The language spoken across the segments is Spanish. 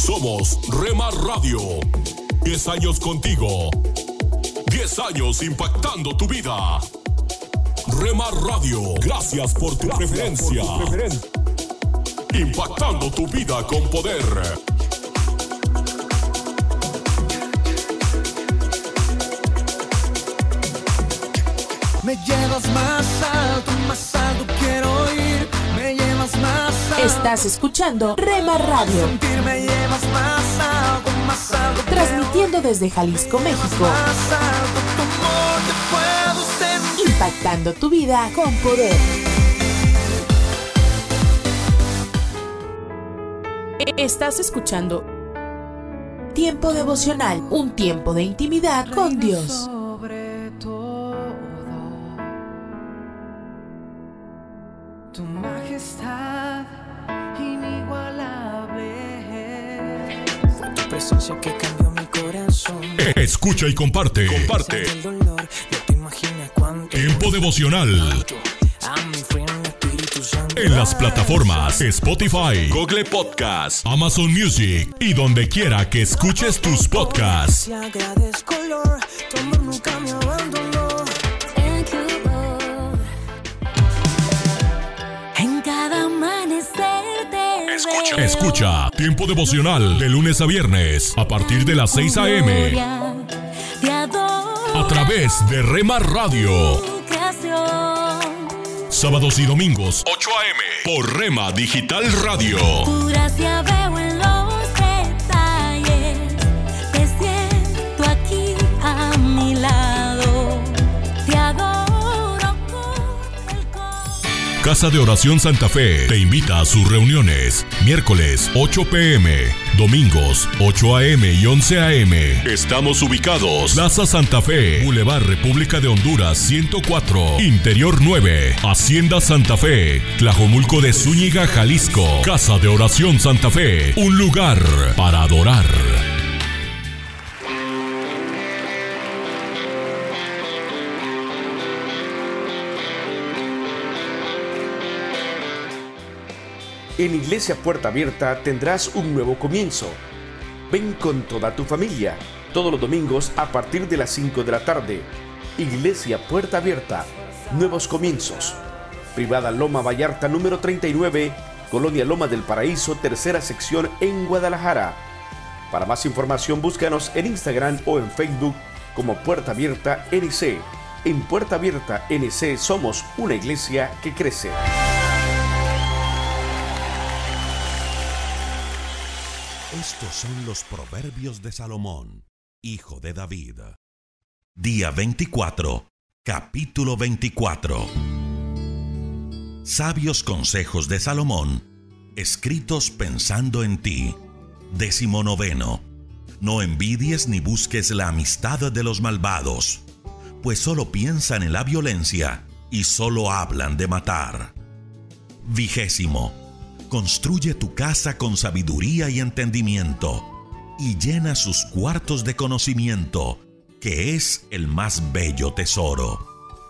Somos Rhema Radio. 10 años contigo. 10 años impactando tu vida. Rhema Radio, gracias por tu preferencia. Impactando tu vida con poder. Me llevas más alto quiero ir. Me llevas más alto. Estás escuchando Rhema Radio. Me llevas más alto, transmitiendo desde Jalisco, México. Impactando tu vida con poder. Estás escuchando Tiempo Devocional, un tiempo de intimidad con Dios. Tu majestad inigualable. Fue tu presencia que cambió mi corazón. Escucha y comparte. Tiempo Devocional. En las plataformas Spotify, Google Podcast, Amazon Music y donde quiera que escuches tus podcasts. Escucha Tiempo Devocional de lunes a viernes a partir de las 6 a.m. a través de Rhema Radio. Sábados y domingos 8 a.m. por Rhema Digital Radio. Tu gracia veo en los detalles. Te siento aquí a mi lado. Te adoro con el corazón. Casa de Oración Santa Fe te invita a sus reuniones. Miércoles 8 p.m. Domingos 8 a.m. y 11 a.m. Estamos ubicados Plaza Santa Fe, Boulevard República de Honduras 104, Interior 9, Hacienda Santa Fe, Tlajomulco de Zúñiga, Jalisco. Casa de Oración Santa Fe, un lugar para adorar. En Iglesia Puerta Abierta tendrás un nuevo comienzo. Ven con toda tu familia, todos los domingos a partir de las 5 de la tarde. Iglesia Puerta Abierta, nuevos comienzos. Privada Loma Vallarta número 39, Colonia Loma del Paraíso, tercera sección en Guadalajara. Para más información búscanos en Instagram o en Facebook como Puerta Abierta NC. En Puerta Abierta NC somos una iglesia que crece. Estos son los proverbios de Salomón, hijo de David. Día 24, capítulo 24. Sabios consejos de Salomón, escritos pensando en ti. 19. No envidies ni busques la amistad de los malvados, pues solo piensan en la violencia y solo hablan de matar. 20. Construye tu casa con sabiduría y entendimiento, y llena sus cuartos de conocimiento, que es el más bello tesoro.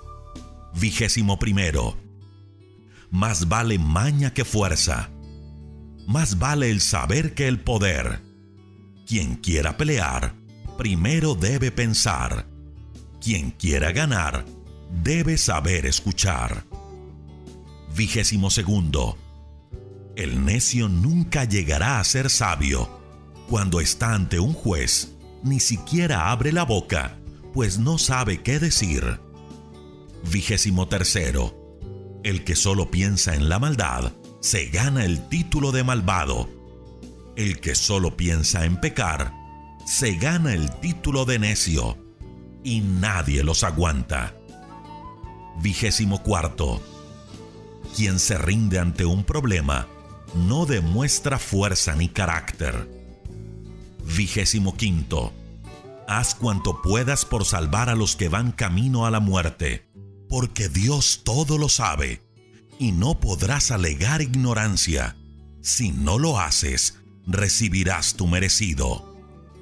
21. Más vale maña que fuerza, más vale el saber que el poder. Quien quiera pelear, primero debe pensar. Quien quiera ganar, debe saber escuchar. 22. El necio nunca llegará a ser sabio. Cuando está ante un juez, ni siquiera abre la boca, pues no sabe qué decir. 23. El que solo piensa en la maldad, se gana el título de malvado. El que solo piensa en pecar, se gana el título de necio, y nadie los aguanta. 24. Quien se rinde ante un problema, no demuestra fuerza ni carácter. 25. Haz cuanto puedas por salvar a los que van camino a la muerte, porque Dios todo lo sabe, y no podrás alegar ignorancia. Si no lo haces, recibirás tu merecido.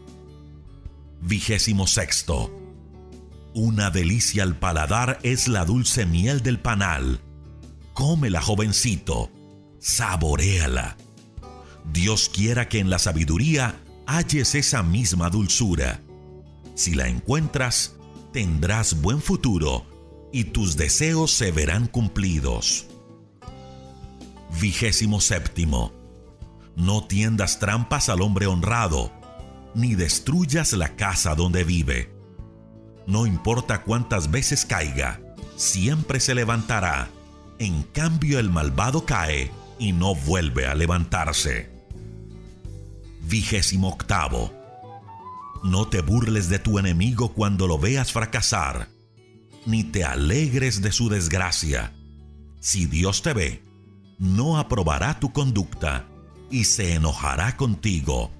26. Una delicia al paladar es la dulce miel del panal. Cómela, jovencito, saboréala. Dios quiera que en la sabiduría halles esa misma dulzura. Si la encuentras, tendrás buen futuro y tus deseos se verán cumplidos. 27. No tiendas trampas al hombre honrado, ni destruyas la casa donde vive. No importa cuántas veces caiga, siempre se levantará. En cambio, el malvado cae y no vuelve a levantarse. 28. No te burles de tu enemigo cuando lo veas fracasar, ni te alegres de su desgracia. Si Dios te ve, no aprobará tu conducta y se enojará contigo.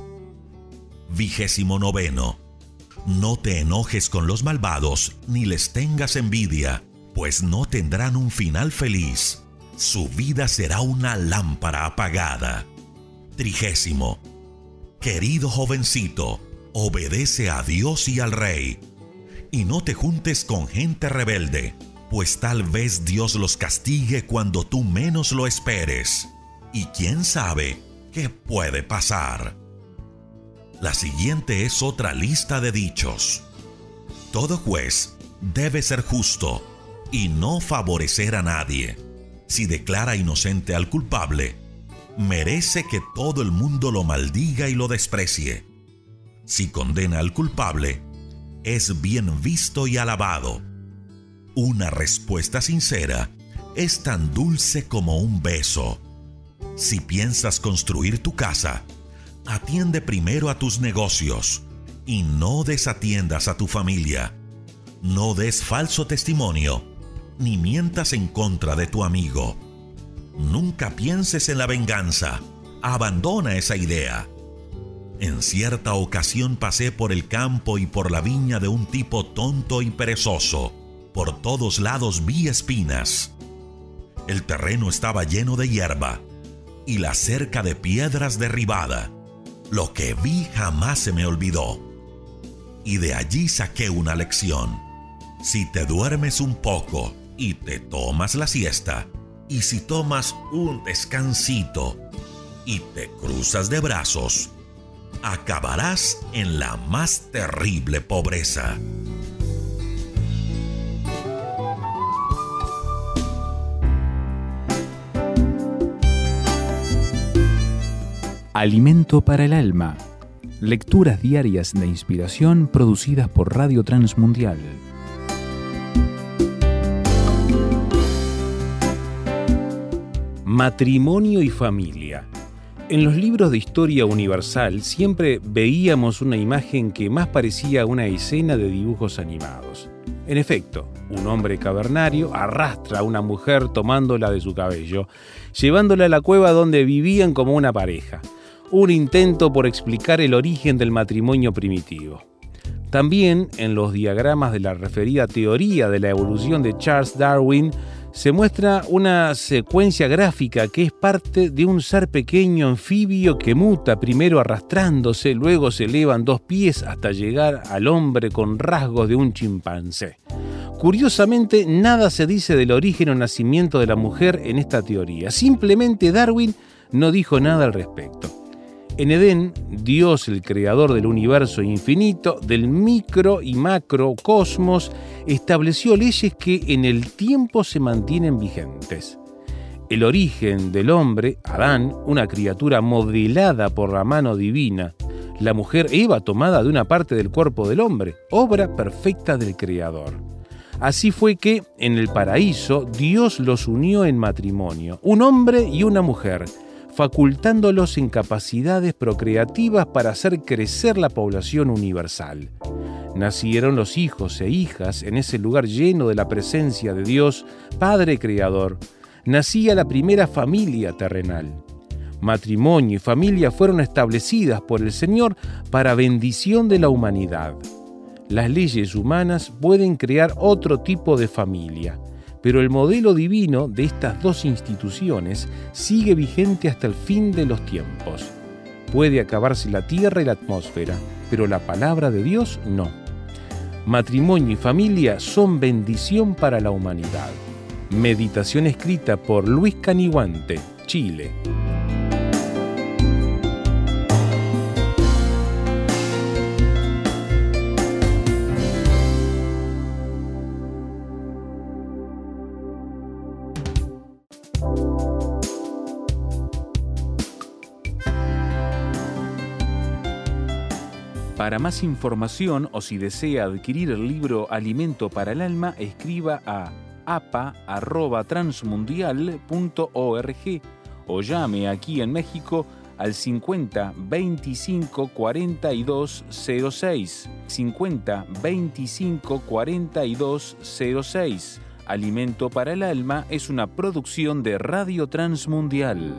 29. No te enojes con los malvados, ni les tengas envidia, pues no tendrán un final feliz. Su vida será una lámpara apagada. 30. Querido jovencito, obedece a Dios y al Rey, y no te juntes con gente rebelde, pues tal vez Dios los castigue cuando tú menos lo esperes. Y quién sabe qué puede pasar. La siguiente es otra lista de dichos. Todo juez debe ser justo y no favorecer a nadie. Si declara inocente al culpable, merece que todo el mundo lo maldiga y lo desprecie. Si condena al culpable, es bien visto y alabado. Una respuesta sincera es tan dulce como un beso. Si piensas construir tu casa, atiende primero a tus negocios y no desatiendas a tu familia. No des falso testimonio, ni mientas en contra de tu amigo. Nunca pienses en la venganza. Abandona esa idea. En cierta ocasión pasé por el campo y por la viña de un tipo tonto y perezoso. Por todos lados vi espinas. El terreno estaba lleno de hierba y la cerca de piedras derribada. Lo que vi jamás se me olvidó. Y de allí saqué una lección. Si te duermes un poco y te tomas la siesta, y si tomas un descansito y te cruzas de brazos, acabarás en la más terrible pobreza. Alimento para el alma. Lecturas diarias de inspiración producidas por Radio Transmundial. Matrimonio y familia. En los libros de historia universal siempre veíamos una imagen que más parecía una escena de dibujos animados. En efecto, un hombre cavernario arrastra a una mujer tomándola de su cabello, llevándola a la cueva donde vivían como una pareja. Un intento por explicar el origen del matrimonio primitivo. También en los diagramas de la referida teoría de la evolución de Charles Darwin se muestra una secuencia gráfica que es parte de un ser pequeño anfibio que muta primero arrastrándose, luego se elevan 2 pies hasta llegar al hombre con rasgos de un chimpancé. Curiosamente, nada se dice del origen o nacimiento de la mujer en esta teoría. Simplemente Darwin no dijo nada al respecto. En Edén, Dios, el creador del universo infinito, del micro y macrocosmos, estableció leyes que en el tiempo se mantienen vigentes. El origen del hombre, Adán, una criatura modelada por la mano divina, la mujer Eva tomada de una parte del cuerpo del hombre, obra perfecta del creador. Así fue que, en el paraíso, Dios los unió en matrimonio, un hombre y una mujer, facultándolos en capacidades procreativas para hacer crecer la población universal. Nacieron los hijos e hijas en ese lugar lleno de la presencia de Dios, Padre Creador. Nacía la primera familia terrenal. Matrimonio y familia fueron establecidas por el Señor para bendición de la humanidad. Las leyes humanas pueden crear otro tipo de familia, pero el modelo divino de estas 2 instituciones sigue vigente hasta el fin de los tiempos. Puede acabarse la tierra y la atmósfera, pero la palabra de Dios no. Matrimonio y familia son bendición para la humanidad. Meditación escrita por Luis Caniguante, Chile. Para más información o si desea adquirir el libro Alimento para el Alma, escriba a apa@transmundial.org o llame aquí en México al 50 25 42 06. 50 25 42 06. Alimento para el Alma es una producción de Radio Transmundial.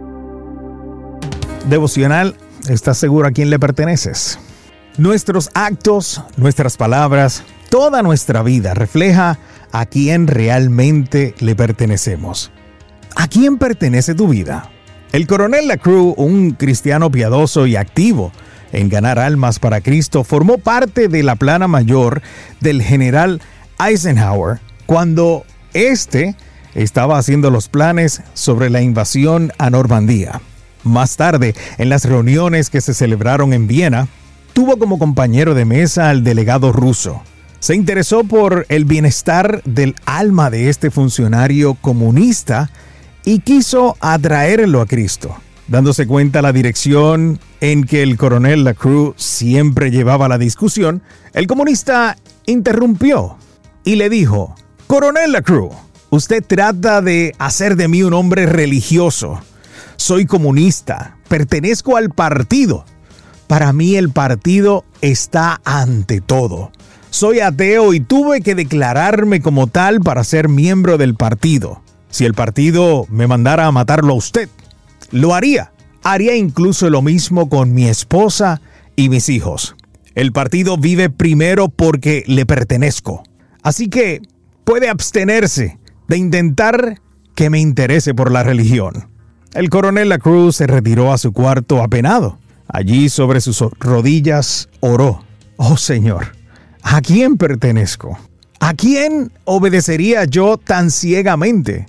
Devocional, ¿estás seguro a quién le perteneces? Nuestros actos, nuestras palabras, toda nuestra vida refleja a quién realmente le pertenecemos. ¿A quién pertenece tu vida? El coronel LaCruz, un cristiano piadoso y activo en ganar almas para Cristo, formó parte de la plana mayor del general Eisenhower cuando éste estaba haciendo los planes sobre la invasión a Normandía. Más tarde, en las reuniones que se celebraron en Viena, tuvo como compañero de mesa al delegado ruso. Se interesó por el bienestar del alma de este funcionario comunista y quiso atraerlo a Cristo. Dándose cuenta la dirección en que el coronel LaCruz siempre llevaba la discusión, el comunista interrumpió y le dijo: «Coronel LaCruz, usted trata de hacer de mí un hombre religioso. Soy comunista, pertenezco al partido. Para mí el partido está ante todo. Soy ateo y tuve que declararme como tal para ser miembro del partido. Si el partido me mandara a matarlo a usted, lo haría. Haría incluso lo mismo con mi esposa y mis hijos. El partido vive primero porque le pertenezco. Así que puede abstenerse de intentar que me interese por la religión». El coronel LaCruz se retiró a su cuarto apenado. Allí, sobre sus rodillas, oró: «Oh Señor, ¿a quién pertenezco? ¿A quién obedecería yo tan ciegamente?»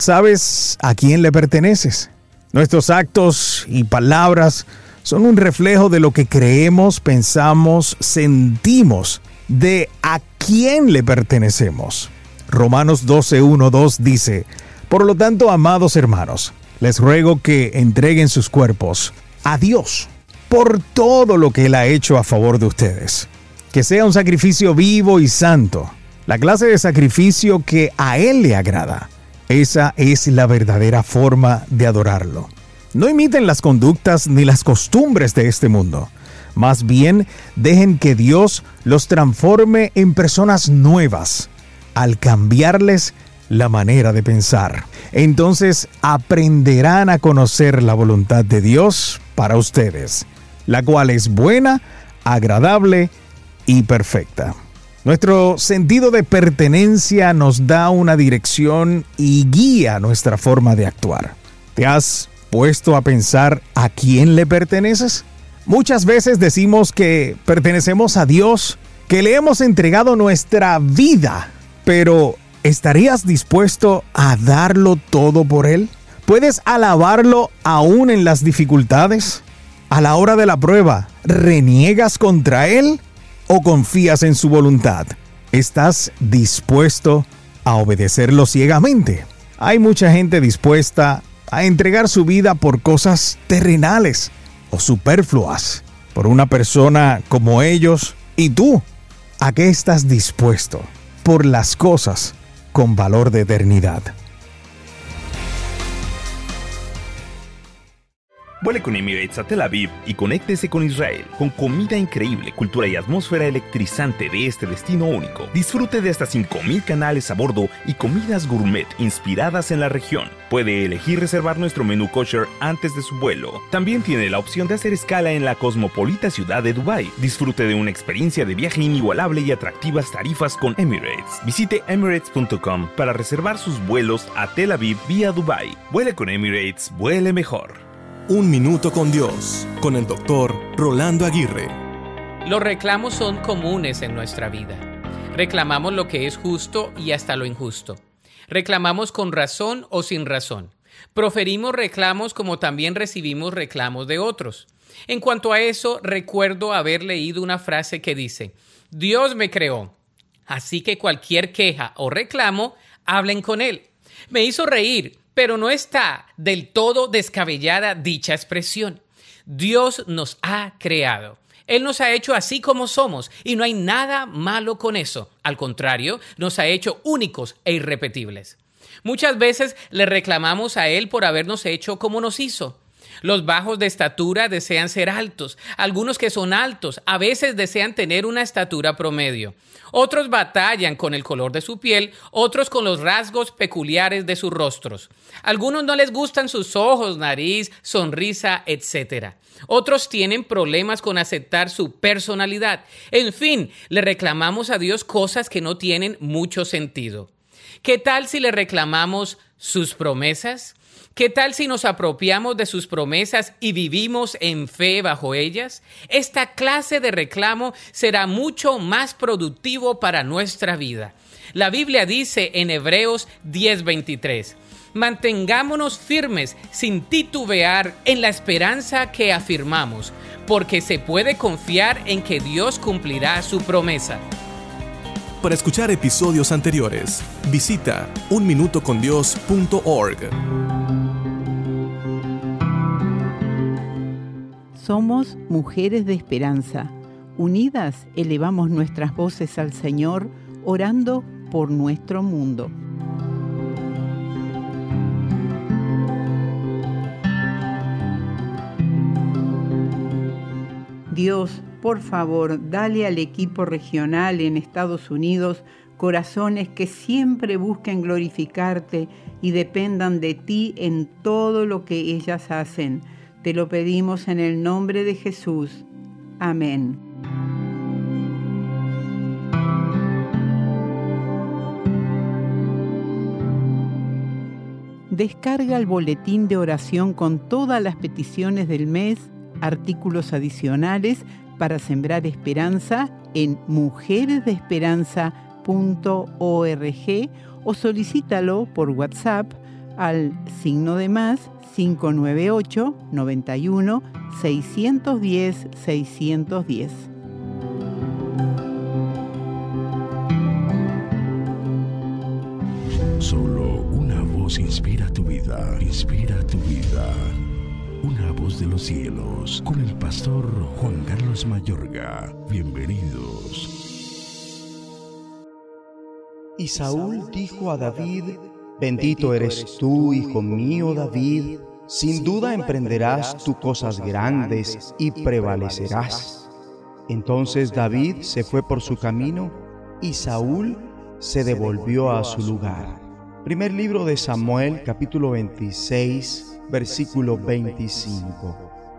¿Sabes a quién le perteneces? Nuestros actos y palabras son un reflejo de lo que creemos, pensamos, sentimos, de a quién le pertenecemos. Romanos 12:1-2 dice: «Por lo tanto, amados hermanos, les ruego que entreguen sus cuerpos a Dios por todo lo que Él ha hecho a favor de ustedes. Que sea un sacrificio vivo y santo, la clase de sacrificio que a Él le agrada. Esa es la verdadera forma de adorarlo. No imiten las conductas ni las costumbres de este mundo. Más bien, dejen que Dios los transforme en personas nuevas al cambiarles la manera de pensar. Entonces aprenderán a conocer la voluntad de Dios para ustedes, la cual es buena, agradable y perfecta». Nuestro sentido de pertenencia nos da una dirección y guía nuestra forma de actuar. ¿Te has puesto a pensar a quién le perteneces? Muchas veces decimos que pertenecemos a Dios, que le hemos entregado nuestra vida, pero ¿estarías dispuesto a darlo todo por Él? ¿Puedes alabarlo aún en las dificultades? A la hora de la prueba, ¿reniegas contra Él o confías en su voluntad? ¿Estás dispuesto a obedecerlo ciegamente? Hay mucha gente dispuesta a entregar su vida por cosas terrenales o superfluas, por una persona como ellos. ¿Y tú? ¿A qué estás dispuesto por las cosas con valor de eternidad? Vuele con Emirates a Tel Aviv y conéctese con Israel. Con comida increíble, cultura y atmósfera electrizante de este destino único. Disfrute de hasta 5,000 canales a bordo y comidas gourmet inspiradas en la región. Puede elegir reservar nuestro menú kosher antes de su vuelo. También tiene la opción de hacer escala en la cosmopolita ciudad de Dubái. Disfrute de una experiencia de viaje inigualable y atractivas tarifas con Emirates. Visite emirates.com para reservar sus vuelos a Tel Aviv vía Dubái. Vuele con Emirates, vuele mejor. Un minuto con Dios, con el doctor Rolando Aguirre. Los reclamos son comunes en nuestra vida. Reclamamos lo que es justo y hasta lo injusto. Reclamamos con razón o sin razón. Proferimos reclamos como también recibimos reclamos de otros. En cuanto a eso, recuerdo haber leído una frase que dice: Dios me creó, así que cualquier queja o reclamo, hablen con Él. Me hizo reír, pero no está del todo descabellada dicha expresión. Dios nos ha creado. Él nos ha hecho así como somos y no hay nada malo con eso. Al contrario, nos ha hecho únicos e irrepetibles. Muchas veces le reclamamos a Él por habernos hecho como nos hizo. Los bajos de estatura desean ser altos. Algunos que son altos a veces desean tener una estatura promedio. Otros batallan con el color de su piel, otros con los rasgos peculiares de sus rostros. Algunos no les gustan sus ojos, nariz, sonrisa, etc. Otros tienen problemas con aceptar su personalidad. En fin, le reclamamos a Dios cosas que no tienen mucho sentido. ¿Qué tal si le reclamamos sus promesas? ¿Qué tal si nos apropiamos de sus promesas y vivimos en fe bajo ellas? Esta clase de reclamo será mucho más productivo para nuestra vida. La Biblia dice en Hebreos 10:23, mantengámonos firmes sin titubear en la esperanza que afirmamos, porque se puede confiar en que Dios cumplirá su promesa. Para escuchar episodios anteriores, visita unminutocondios.org. Somos mujeres de esperanza. Unidas elevamos nuestras voces al Señor, orando por nuestro mundo. Dios, por favor, dale al equipo regional en Estados Unidos corazones que siempre busquen glorificarte y dependan de ti en todo lo que ellas hacen. Te lo pedimos en el nombre de Jesús. Amén. Descarga el boletín de oración con todas las peticiones del mes, artículos adicionales para sembrar esperanza en mujeresdeesperanza.org o solicítalo por WhatsApp al +, 598 91 610 610. Solo una voz inspira tu vida, inspira tu vida. Una voz de los cielos, con el pastor Juan Carlos Mayorga. Bienvenidos. Y Saúl dijo a David: bendito eres tú, hijo mío David, sin duda emprenderás tú cosas grandes y prevalecerás. Entonces David se fue por su camino y Saúl se devolvió a su lugar. Primer libro de Samuel, capítulo 26, versículo 25.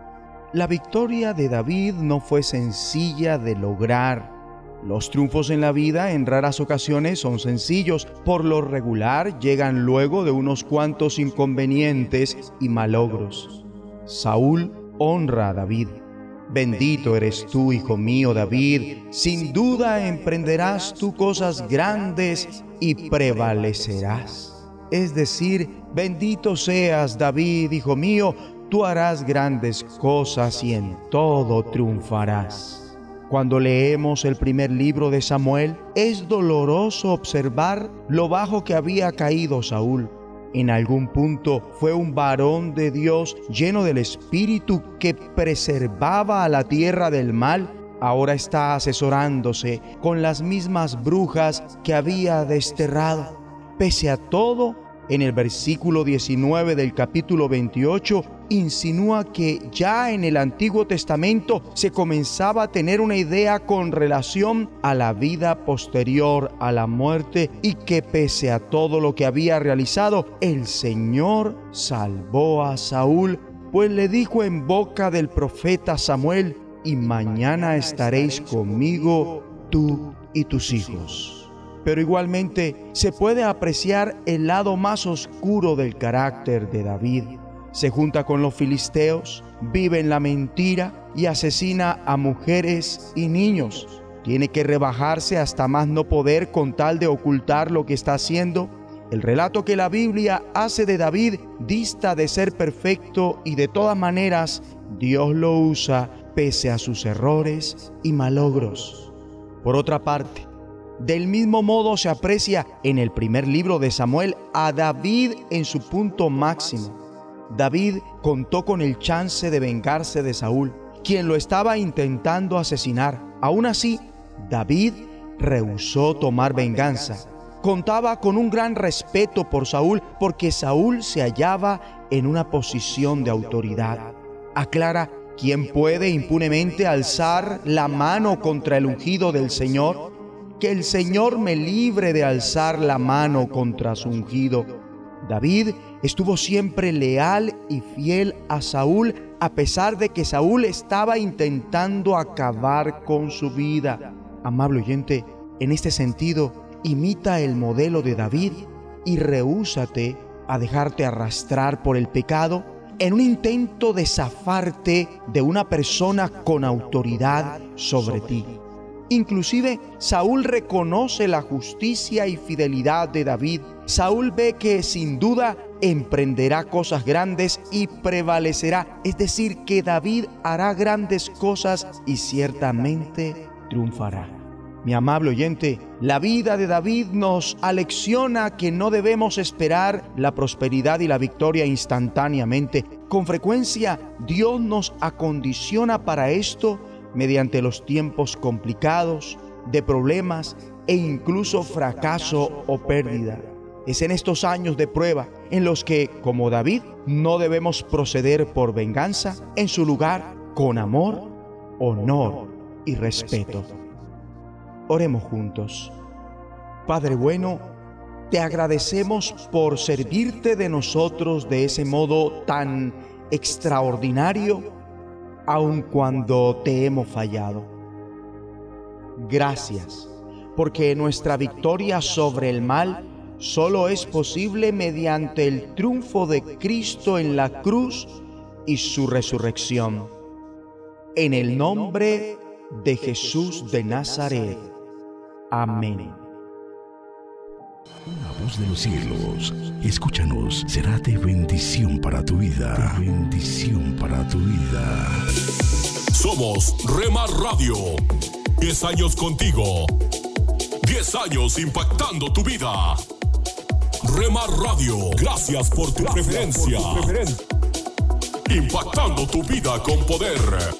La victoria de David no fue sencilla de lograr. Los triunfos en la vida en raras ocasiones son sencillos, por lo regular llegan luego de unos cuantos inconvenientes y malogros. Saúl honra a David. Bendito eres tú, hijo mío David, sin duda emprenderás tú cosas grandes y prevalecerás. Es decir, bendito seas David, hijo mío, tú harás grandes cosas y en todo triunfarás. Cuando leemos el primer libro de Samuel, es doloroso observar lo bajo que había caído Saúl. En algún punto fue un varón de Dios lleno del Espíritu que preservaba a la tierra del mal. Ahora está asesorándose con las mismas brujas que había desterrado. Pese a todo, en el versículo 19 del capítulo 28, insinúa que ya en el Antiguo Testamento se comenzaba a tener una idea con relación a la vida posterior a la muerte y que pese a todo lo que había realizado, el Señor salvó a Saúl, pues le dijo en boca del profeta Samuel: y mañana estaréis conmigo tú y tus hijos. Pero igualmente se puede apreciar el lado más oscuro del carácter de David. Se junta con los filisteos, vive en la mentira y asesina a mujeres y niños. Tiene que rebajarse hasta más no poder con tal de ocultar lo que está haciendo. El relato que la Biblia hace de David dista de ser perfecto y de todas maneras Dios lo usa pese a sus errores y malogros. Por otra parte, del mismo modo se aprecia en el primer libro de Samuel a David en su punto máximo. David contó con el chance de vengarse de Saúl. quien lo estaba intentando asesinar. Aún así, David rehusó tomar venganza. Contaba con un gran respeto por Saúl porque Saúl se hallaba en una posición de autoridad. Aclara: ¿quién puede impunemente alzar la mano contra el ungido del Señor? Que el Señor me libre de alzar la mano contra su ungido. David estuvo siempre leal y fiel a Saúl, a pesar de que Saúl estaba intentando acabar con su vida. Amable oyente, en este sentido, imita el modelo de David y rehúsate a dejarte arrastrar por el pecado en un intento de zafarte de una persona con autoridad sobre ti. Inclusive, Saúl reconoce la justicia y fidelidad de David. Saúl ve que sin duda emprenderá cosas grandes y prevalecerá. Es decir, que David hará grandes cosas y ciertamente triunfará. Mi amable oyente, la vida de David nos alecciona que no debemos esperar la prosperidad y la victoria instantáneamente. Con frecuencia, Dios nos acondiciona para esto mediante los tiempos complicados, de problemas e incluso fracaso o pérdida. Es en estos años de prueba en los que, como David, no debemos proceder por venganza, en su lugar, con amor, honor y respeto. Oremos juntos. Padre bueno, te agradecemos por servirte de nosotros de ese modo tan extraordinario, aun cuando te hemos fallado. Gracias, porque nuestra victoria sobre el mal solo es posible mediante el triunfo de Cristo en la cruz y su resurrección. En el nombre de Jesús de Nazaret. Amén. Una voz de los cielos, escúchanos, será de bendición para tu vida. De bendición para tu vida. Somos Rhema Radio. 10 años contigo. 10 años impactando tu vida. Rhema Radio, gracias por tu preferencia. Impactando tu vida con poder.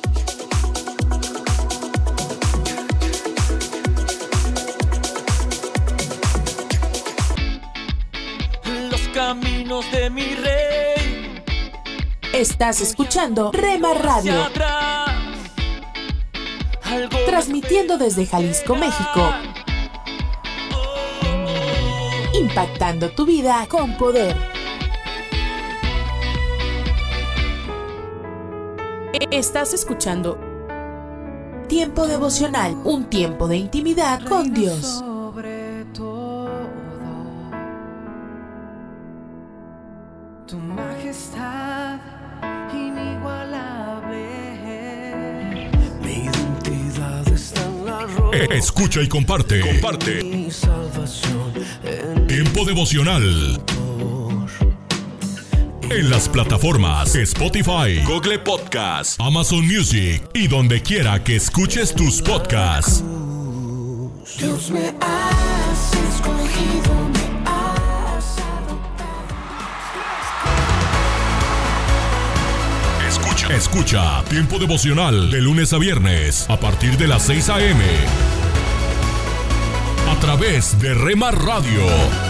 Caminos de mi rey. Estás escuchando Rhema Radio, transmitiendo desde Jalisco, México, impactando tu vida con poder. Estás escuchando Tiempo Devocional, un tiempo de intimidad con Dios. Tu majestad inigualable. Mi identidad está en la roca. Escucha y comparte. Mi salvación Tiempo Devocional. En las plataformas Spotify, Google Podcasts, Amazon Music y donde quiera que escuches tus podcasts. Dios me has escogido, me has adoptado. Escucha Tiempo Devocional de lunes a viernes a partir de las 6 a.m. a través de Rhema Radio.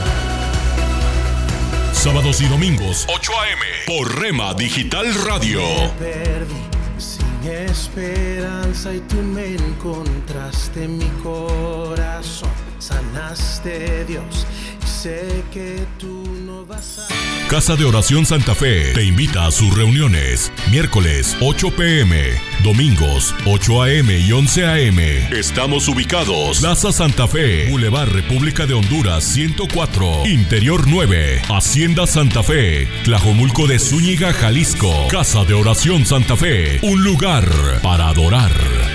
Sábados y domingos 8 a.m. por Rhema Digital Radio. Perdí sin esperanza y tú me encontraste en mi corazón. Sanaste, Dios, y sé que tú no vas a... Casa de Oración Santa Fe te invita a sus reuniones. Miércoles 8 p.m. Domingos 8 a.m. y 11 a.m. Estamos ubicados. Plaza Santa Fe, Boulevard República de Honduras 104, Interior 9, Hacienda Santa Fe, Tlajomulco de Zúñiga, Jalisco. Casa de Oración Santa Fe, un lugar para adorar.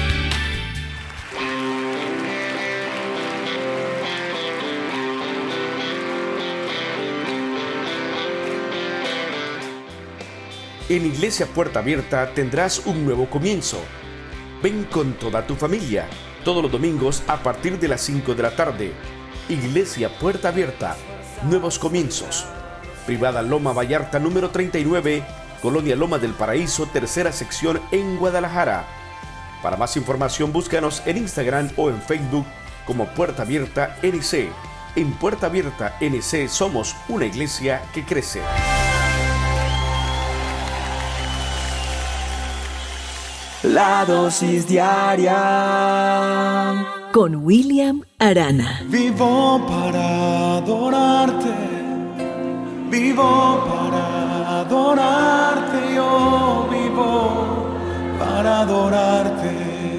En Iglesia Puerta Abierta tendrás un nuevo comienzo. Ven con toda tu familia, todos los domingos a partir de las 5 de la tarde. Iglesia Puerta Abierta, nuevos comienzos. Privada Loma Vallarta número 39, Colonia Loma del Paraíso, tercera sección en Guadalajara. Para más información, búscanos en Instagram o en Facebook como Puerta Abierta NC. En Puerta Abierta NC somos una iglesia que crece. La dosis diaria con William Arana. Vivo para adorarte, vivo para adorarte, yo vivo para adorarte.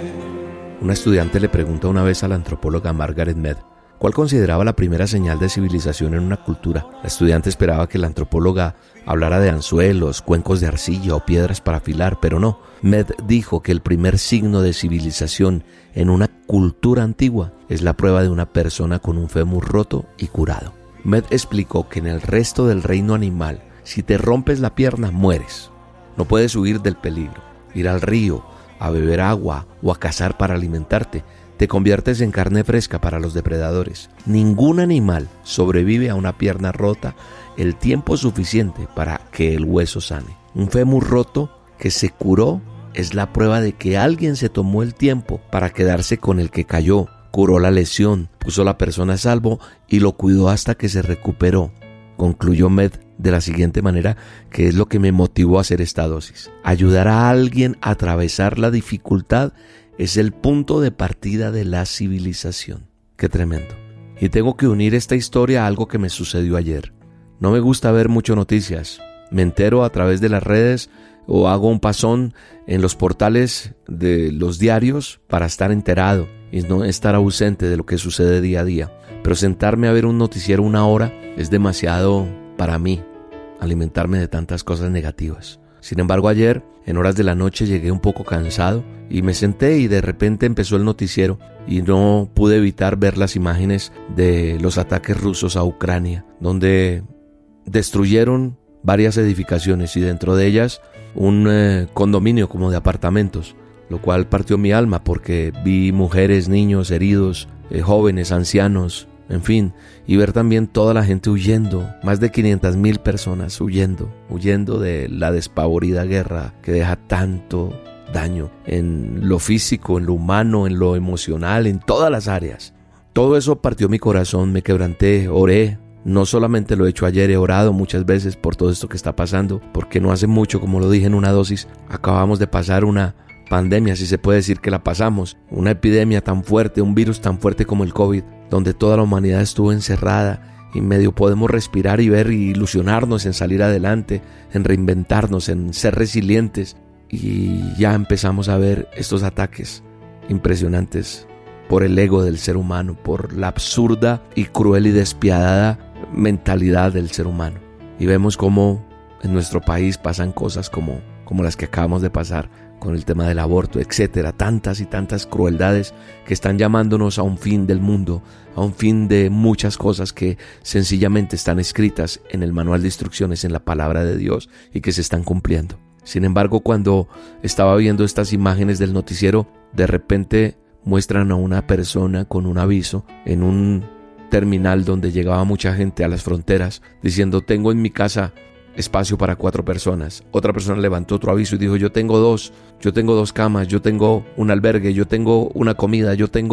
Una estudiante le preguntó una vez a la antropóloga Margaret Mead cuál consideraba la primera señal de civilización en una cultura. La estudiante esperaba que la antropóloga hablara de anzuelos, cuencos de arcilla o piedras para afilar, pero no. Mead dijo que el primer signo de civilización en una cultura antigua es la prueba de una persona con un fémur roto y curado. Mead explicó que en el resto del reino animal, si te rompes la pierna, mueres. No puedes huir del peligro, ir al río, a beber agua o a cazar para alimentarte. Te conviertes en carne fresca para los depredadores. Ningún animal sobrevive a una pierna rota el tiempo suficiente para que el hueso sane. Un fémur roto que se curó es la prueba de que alguien se tomó el tiempo para quedarse con el que cayó, curó la lesión, puso a la persona a salvo y lo cuidó hasta que se recuperó. Concluyó Mead de la siguiente manera, que es lo que me motivó a hacer esta dosis. Ayudar a alguien a atravesar la dificultad es el punto de partida de la civilización. ¡Qué tremendo! Y tengo que unir esta historia a algo que me sucedió ayer. No me gusta ver mucho noticias. Me entero a través de las redes o hago un pasón en los portales de los diarios para estar enterado y no estar ausente de lo que sucede día a día. Pero sentarme a ver un noticiero una hora es demasiado para mí, alimentarme de tantas cosas negativas. Sin embargo, ayer, en horas de la noche, llegué un poco cansado y me senté y de repente empezó el noticiero y no pude evitar ver las imágenes de los ataques rusos a Ucrania, donde destruyeron varias edificaciones y dentro de ellas un condominio como de apartamentos, lo cual partió mi alma porque vi mujeres, niños heridos, jóvenes, ancianos, en fin, y ver también toda la gente huyendo, más de 500,000 personas huyendo de la despavorida guerra que deja tanto daño en lo físico, en lo humano, en lo emocional, en todas las áreas. Todo eso partió mi corazón, me quebranté, oré. No solamente lo he hecho ayer, he orado muchas veces por todo esto que está pasando, porque no hace mucho, como lo dije en una dosis, acabamos de pasar una pandemia, si se puede decir que la pasamos, una epidemia tan fuerte, un virus tan fuerte como el COVID, donde toda la humanidad estuvo encerrada y medio podemos respirar y ver y ilusionarnos en salir adelante, en reinventarnos, en ser resilientes, y ya empezamos a ver estos ataques impresionantes por el ego del ser humano, por la absurda y cruel y despiadada mentalidad del ser humano. Y vemos cómo en nuestro país pasan cosas como las que acabamos de pasar con el tema del aborto, etcétera, tantas y tantas crueldades que están llamándonos a un fin del mundo, a un fin de muchas cosas que sencillamente están escritas en el manual de instrucciones, en la palabra de Dios y que se están cumpliendo. Sin embargo, cuando estaba viendo estas imágenes del noticiero, de repente muestran a una persona con un aviso en un terminal donde llegaba mucha gente a las fronteras diciendo: tengo en mi casa espacio para 4 personas. Otra persona levantó otro aviso y dijo: yo tengo dos camas, yo tengo un albergue, yo tengo una comida,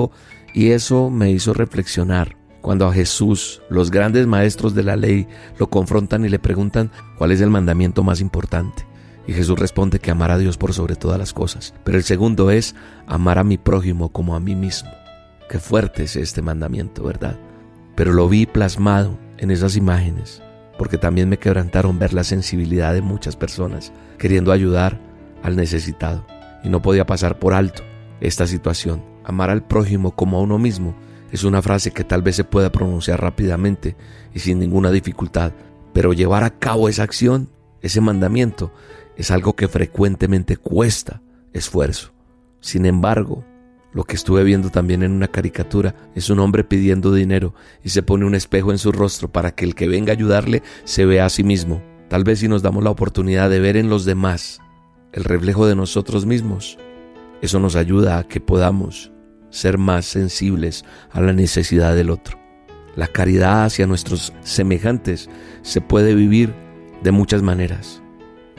y eso me hizo reflexionar. Cuando a Jesús, los grandes maestros de la ley, lo confrontan y le preguntan cuál es el mandamiento más importante. Y Jesús responde que amar a Dios por sobre todas las cosas. Pero el segundo es amar a mi prójimo como a mí mismo. Qué fuerte es este mandamiento, ¿verdad? Pero lo vi plasmado en esas imágenes, porque también me quebrantaron ver la sensibilidad de muchas personas queriendo ayudar al necesitado. Y no podía pasar por alto esta situación. Amar al prójimo como a uno mismo es una frase que tal vez se pueda pronunciar rápidamente y sin ninguna dificultad, pero llevar a cabo esa acción, ese mandamiento, es algo que frecuentemente cuesta esfuerzo. Sin embargo, lo que estuve viendo también en una caricatura es un hombre pidiendo dinero y se pone un espejo en su rostro para que el que venga a ayudarle se vea a sí mismo. Tal vez si nos damos la oportunidad de ver en los demás el reflejo de nosotros mismos, eso nos ayuda a que podamos ser más sensibles a la necesidad del otro. La caridad hacia nuestros semejantes se puede vivir de muchas maneras.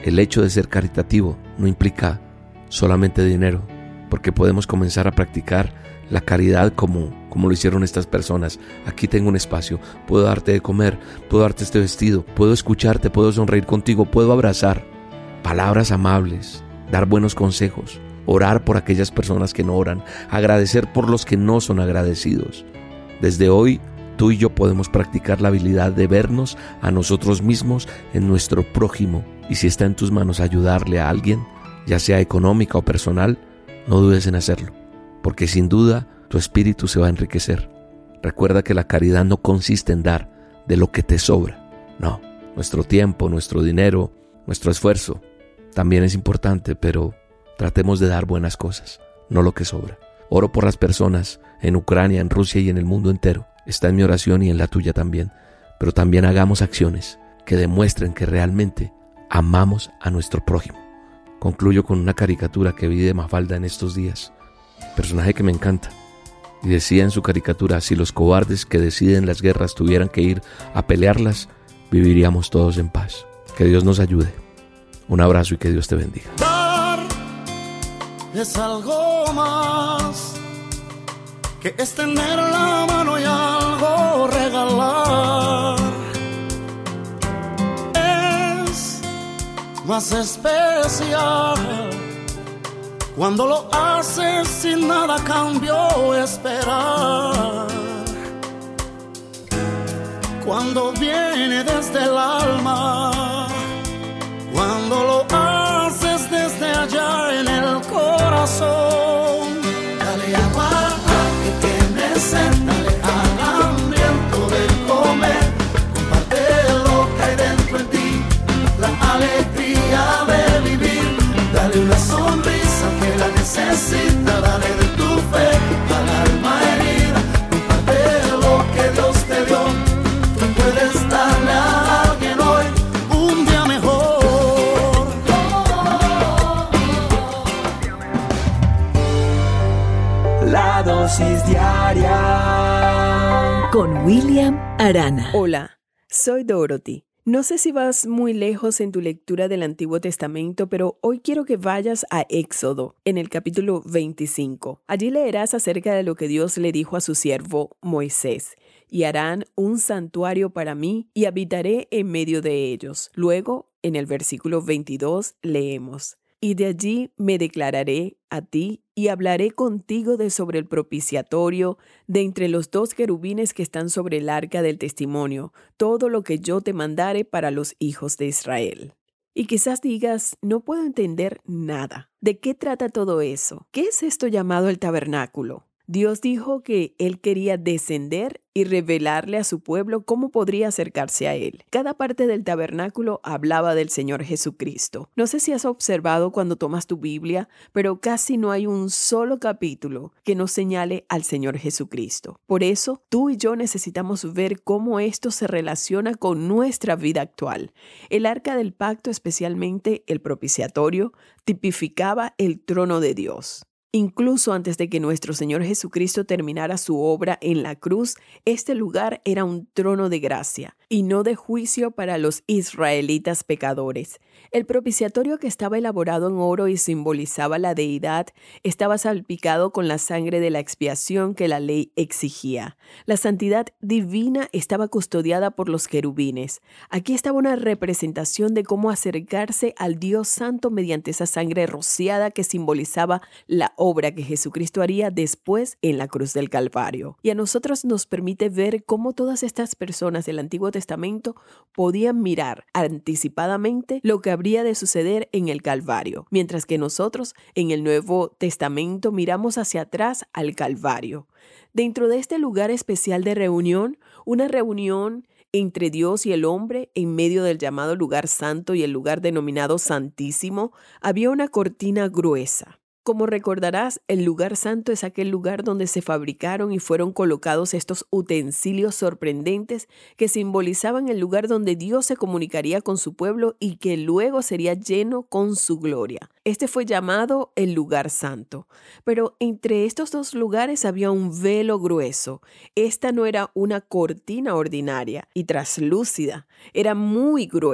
el hecho de ser caritativo no implica solamente dinero, porque podemos comenzar a practicar la caridad como lo hicieron estas personas. Aquí tengo un espacio, puedo darte de comer, puedo darte este vestido, puedo escucharte, puedo sonreír contigo, puedo abrazar. Palabras amables, dar buenos consejos, orar por aquellas personas que no oran, agradecer por los que no son agradecidos. Desde hoy, tú y yo podemos practicar la habilidad de vernos a nosotros mismos en nuestro prójimo. Y si está en tus manos ayudarle a alguien, ya sea económica o personal, no dudes en hacerlo, porque sin duda tu espíritu se va a enriquecer. Recuerda que la caridad no consiste en dar de lo que te sobra. No, nuestro tiempo, nuestro dinero, nuestro esfuerzo también es importante, pero tratemos de dar buenas cosas, no lo que sobra. Oro por las personas en Ucrania, en Rusia y en el mundo entero. Está en mi oración y en la tuya también. Pero también hagamos acciones que demuestren que realmente amamos a nuestro prójimo. Concluyo con una caricatura que vi de Mafalda en estos días, personaje que me encanta, y decía en su caricatura: si los cobardes que deciden las guerras tuvieran que ir a pelearlas, viviríamos todos en paz. Que Dios nos ayude. Un abrazo y que Dios te bendiga. Dar es algo más que extender la mano y algo regalar. Es más especial cuando lo haces sin nada a cambio esperar. Cuando viene desde el alma, cuando lo haces desde allá en el corazón. Dale agua a que tienes sed, dale al hambriento de comer. Comparte lo que hay dentro de ti, la alegría de vivir. Dale una sonrisa que la necesita, dale de tu fe al alma herida. Comparte lo que Dios te dio, tú puedes darle a alguien hoy un día mejor. La dosis diaria con William Arana. Hola, soy Dorothy. No sé si vas muy lejos en tu lectura del Antiguo Testamento, pero hoy quiero que vayas a Éxodo, en el capítulo 25. Allí leerás acerca de lo que Dios le dijo a su siervo Moisés: y harán un santuario para mí y habitaré en medio de ellos. Luego, en el versículo 22, leemos: y de allí me declararé a ti y hablaré contigo sobre el propiciatorio, de entre los dos querubines que están sobre el arca del testimonio, todo lo que yo te mandare para los hijos de Israel. Y quizás digas: no puedo entender nada. ¿De qué trata todo eso? ¿Qué es esto llamado el tabernáculo? Dios dijo que Él quería descender y revelarle a su pueblo cómo podría acercarse a Él. Cada parte del tabernáculo hablaba del Señor Jesucristo. No sé si has observado cuando tomas tu Biblia, pero casi no hay un solo capítulo que nos señale al Señor Jesucristo. Por eso, tú y yo necesitamos ver cómo esto se relaciona con nuestra vida actual. El Arca del Pacto, especialmente el propiciatorio, tipificaba el trono de Dios. Incluso antes de que nuestro Señor Jesucristo terminara su obra en la cruz, este lugar era un trono de gracia y no de juicio para los israelitas pecadores. El propiciatorio, que estaba elaborado en oro y simbolizaba la deidad, estaba salpicado con la sangre de la expiación que la ley exigía. La santidad divina estaba custodiada por los querubines. Aquí estaba una representación de cómo acercarse al Dios Santo mediante esa sangre rociada que simbolizaba la obra que Jesucristo haría después en la cruz del Calvario. Y a nosotros nos permite ver cómo todas estas personas del Antiguo Testamento podían mirar anticipadamente lo que habría de suceder en el Calvario, mientras que nosotros en el Nuevo Testamento miramos hacia atrás al Calvario. Dentro de este lugar especial de reunión, una reunión entre Dios y el hombre, en medio del llamado lugar santo y el lugar denominado Santísimo, había una cortina gruesa. Como recordarás, el lugar santo es aquel lugar donde se fabricaron y fueron colocados estos utensilios sorprendentes que simbolizaban el lugar donde Dios se comunicaría con su pueblo y que luego sería lleno con su gloria. Este fue llamado el lugar santo. Pero entre estos dos lugares había un velo grueso. Esta no era una cortina ordinaria y traslúcida, era muy gruesa.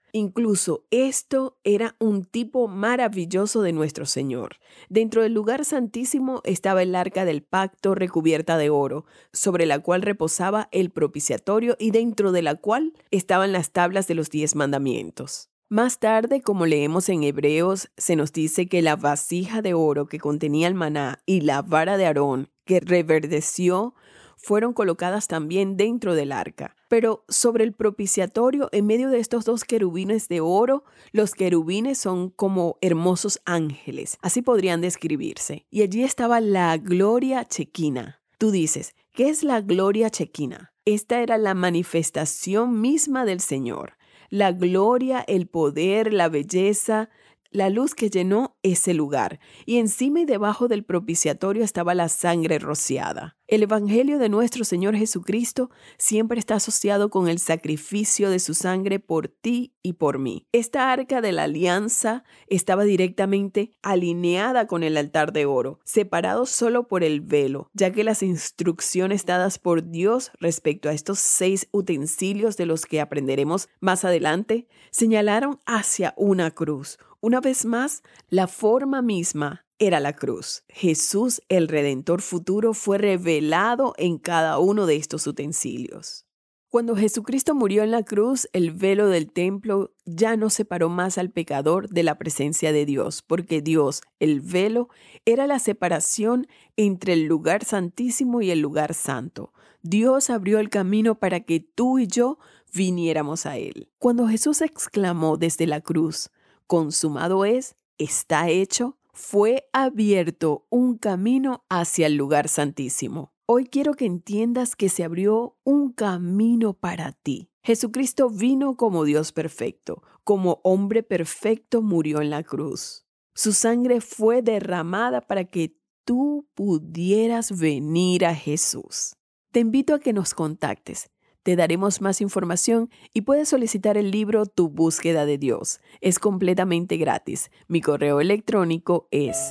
Incluso esto era un tipo maravilloso de nuestro Señor. Dentro del lugar santísimo estaba el arca del pacto recubierta de oro, sobre la cual reposaba el propiciatorio y dentro de la cual estaban las tablas de los 10 mandamientos. Más tarde, como leemos en Hebreos, se nos dice que la vasija de oro que contenía el maná y la vara de Aarón que reverdeció fueron colocadas también dentro del arca. Pero sobre el propiciatorio, en medio de estos 2 querubines de oro, los querubines son como hermosos ángeles, así podrían describirse. Y allí estaba la gloria chequina. Tú dices, ¿qué es la gloria chequina? Esta era la manifestación misma del Señor. La gloria, el poder, la belleza, la luz que llenó ese lugar. Y encima y debajo del propiciatorio estaba la sangre rociada. El evangelio de nuestro Señor Jesucristo siempre está asociado con el sacrificio de su sangre por ti y por mí. Esta arca de la alianza estaba directamente alineada con el altar de oro, separado solo por el velo, ya que las instrucciones dadas por Dios respecto a estos 6 utensilios de los que aprenderemos más adelante, señalaron hacia una cruz. Una vez más, la forma misma era la cruz. Jesús, el Redentor futuro, fue revelado en cada uno de estos utensilios. Cuando Jesucristo murió en la cruz, el velo del templo ya no separó más al pecador de la presencia de Dios, porque Dios, el velo, era la separación entre el lugar santísimo y el lugar santo. Dios abrió el camino para que tú y yo viniéramos a Él. Cuando Jesús exclamó desde la cruz, «Consumado es, está hecho», fue abierto un camino hacia el lugar santísimo. Hoy quiero que entiendas que se abrió un camino para ti. Jesucristo vino como Dios perfecto, como hombre perfecto murió en la cruz. Su sangre fue derramada para que tú pudieras venir a Jesús. Te invito a que nos contactes. Te daremos más información y puedes solicitar el libro Tu búsqueda de Dios. Es completamente gratis. Mi correo electrónico es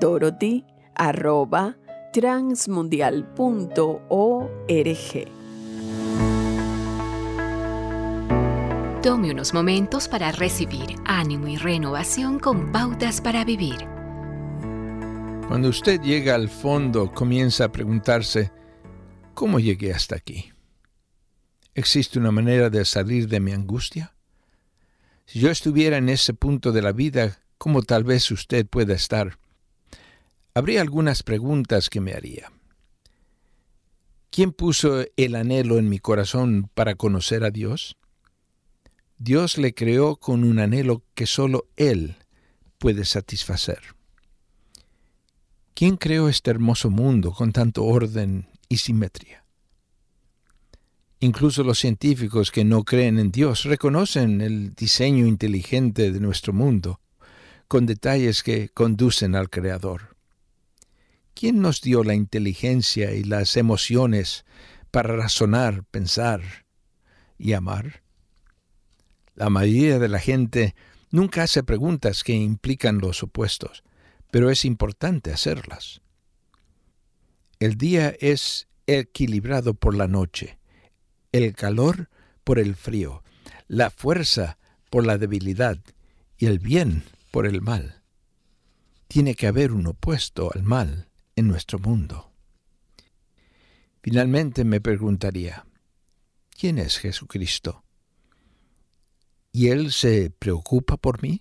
dorothy@transmundial.org. Tome unos momentos para recibir ánimo y renovación con Pautas para Vivir. Cuando usted llega al fondo, comienza a preguntarse, ¿cómo llegué hasta aquí? ¿Existe una manera de salir de mi angustia? Si yo estuviera en ese punto de la vida, como tal vez usted pueda estar, habría algunas preguntas que me haría. ¿Quién puso el anhelo en mi corazón para conocer a Dios? Dios le creó con un anhelo que solo Él puede satisfacer. ¿Quién creó este hermoso mundo con tanto orden y simetría? Incluso los científicos que no creen en Dios reconocen el diseño inteligente de nuestro mundo, con detalles que conducen al Creador. ¿Quién nos dio la inteligencia y las emociones para razonar, pensar y amar? La mayoría de la gente nunca hace preguntas que implican los opuestos, pero es importante hacerlas. El día es equilibrado por la noche, el calor por el frío, la fuerza por la debilidad y el bien por el mal. Tiene que haber un opuesto al mal en nuestro mundo. Finalmente me preguntaría, ¿quién es Jesucristo? ¿Y Él se preocupa por mí?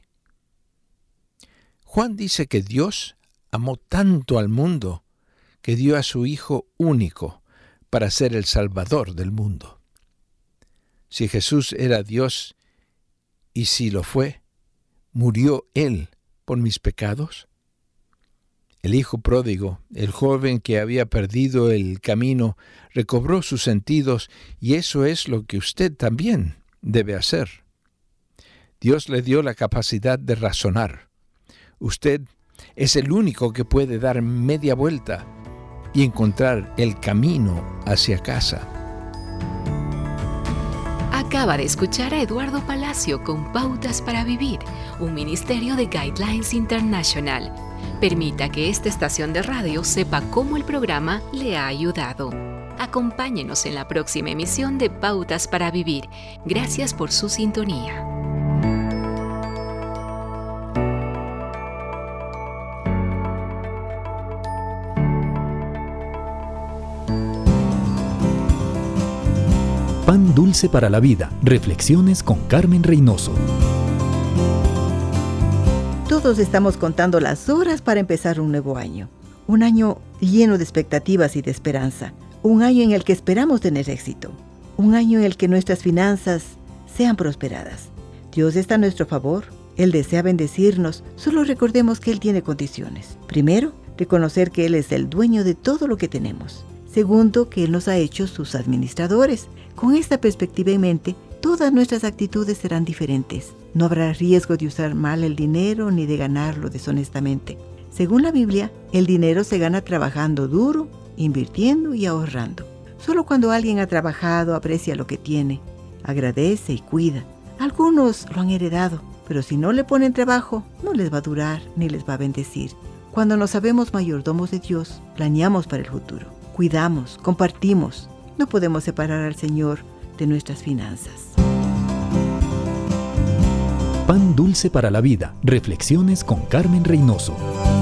Juan dice que Dios amó tanto al mundo que dio a su Hijo único para ser el Salvador del mundo. Si Jesús era Dios, y si lo fue, ¿murió Él por mis pecados? El hijo pródigo, el joven que había perdido el camino, recobró sus sentidos, y eso es lo que usted también debe hacer. Dios le dio la capacidad de razonar. Usted es el único que puede dar media vuelta y encontrar el camino hacia casa. Acaba de escuchar a Eduardo Palacio con Pautas para Vivir, un ministerio de Guidelines International. Permita que esta estación de radio sepa cómo el programa le ha ayudado. Acompáñenos en la próxima emisión de Pautas para Vivir. Gracias por su sintonía. Pan dulce para la vida. Reflexiones con Carmen Reynoso. Todos estamos contando las horas para empezar un nuevo año. Un año lleno de expectativas y de esperanza. Un año en el que esperamos tener éxito. Un año en el que nuestras finanzas sean prosperadas. Dios está a nuestro favor. Él desea bendecirnos. Solo recordemos que Él tiene condiciones. Primero, reconocer que Él es el dueño de todo lo que tenemos. Segundo, que Él nos ha hecho sus administradores. Con esta perspectiva en mente, todas nuestras actitudes serán diferentes. No habrá riesgo de usar mal el dinero ni de ganarlo deshonestamente. Según la Biblia, el dinero se gana trabajando duro, invirtiendo y ahorrando. Solo cuando alguien ha trabajado aprecia lo que tiene, agradece y cuida. Algunos lo han heredado, pero si no le ponen trabajo, no les va a durar ni les va a bendecir. Cuando nos sabemos mayordomos de Dios, planeamos para el futuro. Cuidamos, compartimos. No podemos separar al Señor de nuestras finanzas. Pan dulce para la vida. Reflexiones con Carmen Reynoso.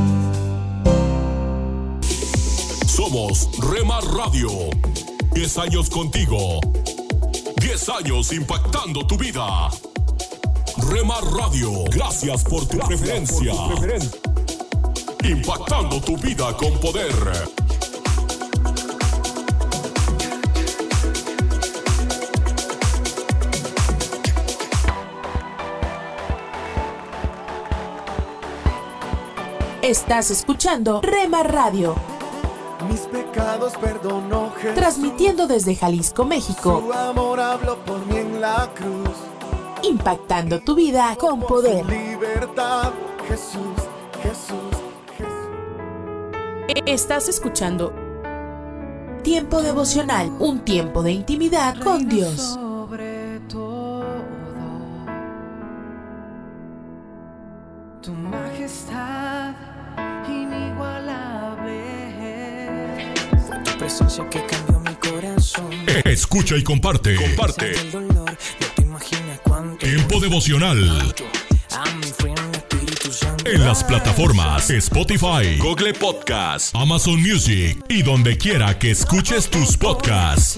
Somos Rema Radio. 10 años contigo. 10 años impactando tu vida. Rema Radio. Gracias por tu preferencia. Impactando tu vida con poder. Estás escuchando Rema Radio. Mis pecados perdonó Jesús. Transmitiendo desde Jalisco, México. Su amor habló por mí en la cruz. Impactando tu vida con poder. Libertad, Jesús, Jesús, Jesús. Estás escuchando Tiempo Devocional, un tiempo de intimidad con Dios. Sobre todo, tu majestad inigualable. Fue tu presencia que cambió mi corazón. Escucha y comparte. Tiempo Devocional. En las plataformas Spotify, Google Podcast, Amazon Music y donde quiera que escuches tus podcasts.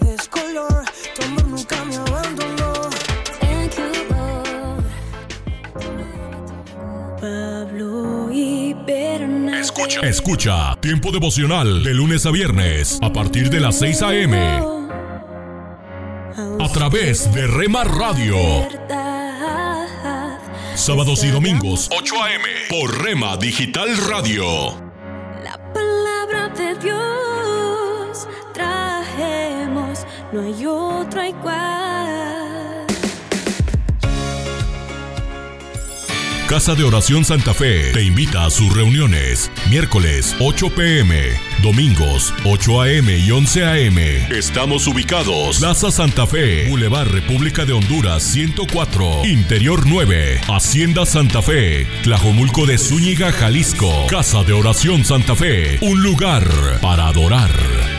Escucha Tiempo Devocional de lunes a viernes a partir de las 6 a.m. a través de Rema Radio. Sábados y domingos 8 a.m. por Rema Digital Radio. La palabra de Dios trajemos, no hay otra igual. Casa de Oración Santa Fe te invita a sus reuniones. Miércoles 8 p.m. Domingos 8 a.m. y 11 a.m. Estamos ubicados. Plaza Santa Fe, Boulevard República de Honduras 104, Interior 9, Hacienda Santa Fe, Tlajomulco de Zúñiga, Jalisco. Casa de Oración Santa Fe, un lugar para adorar.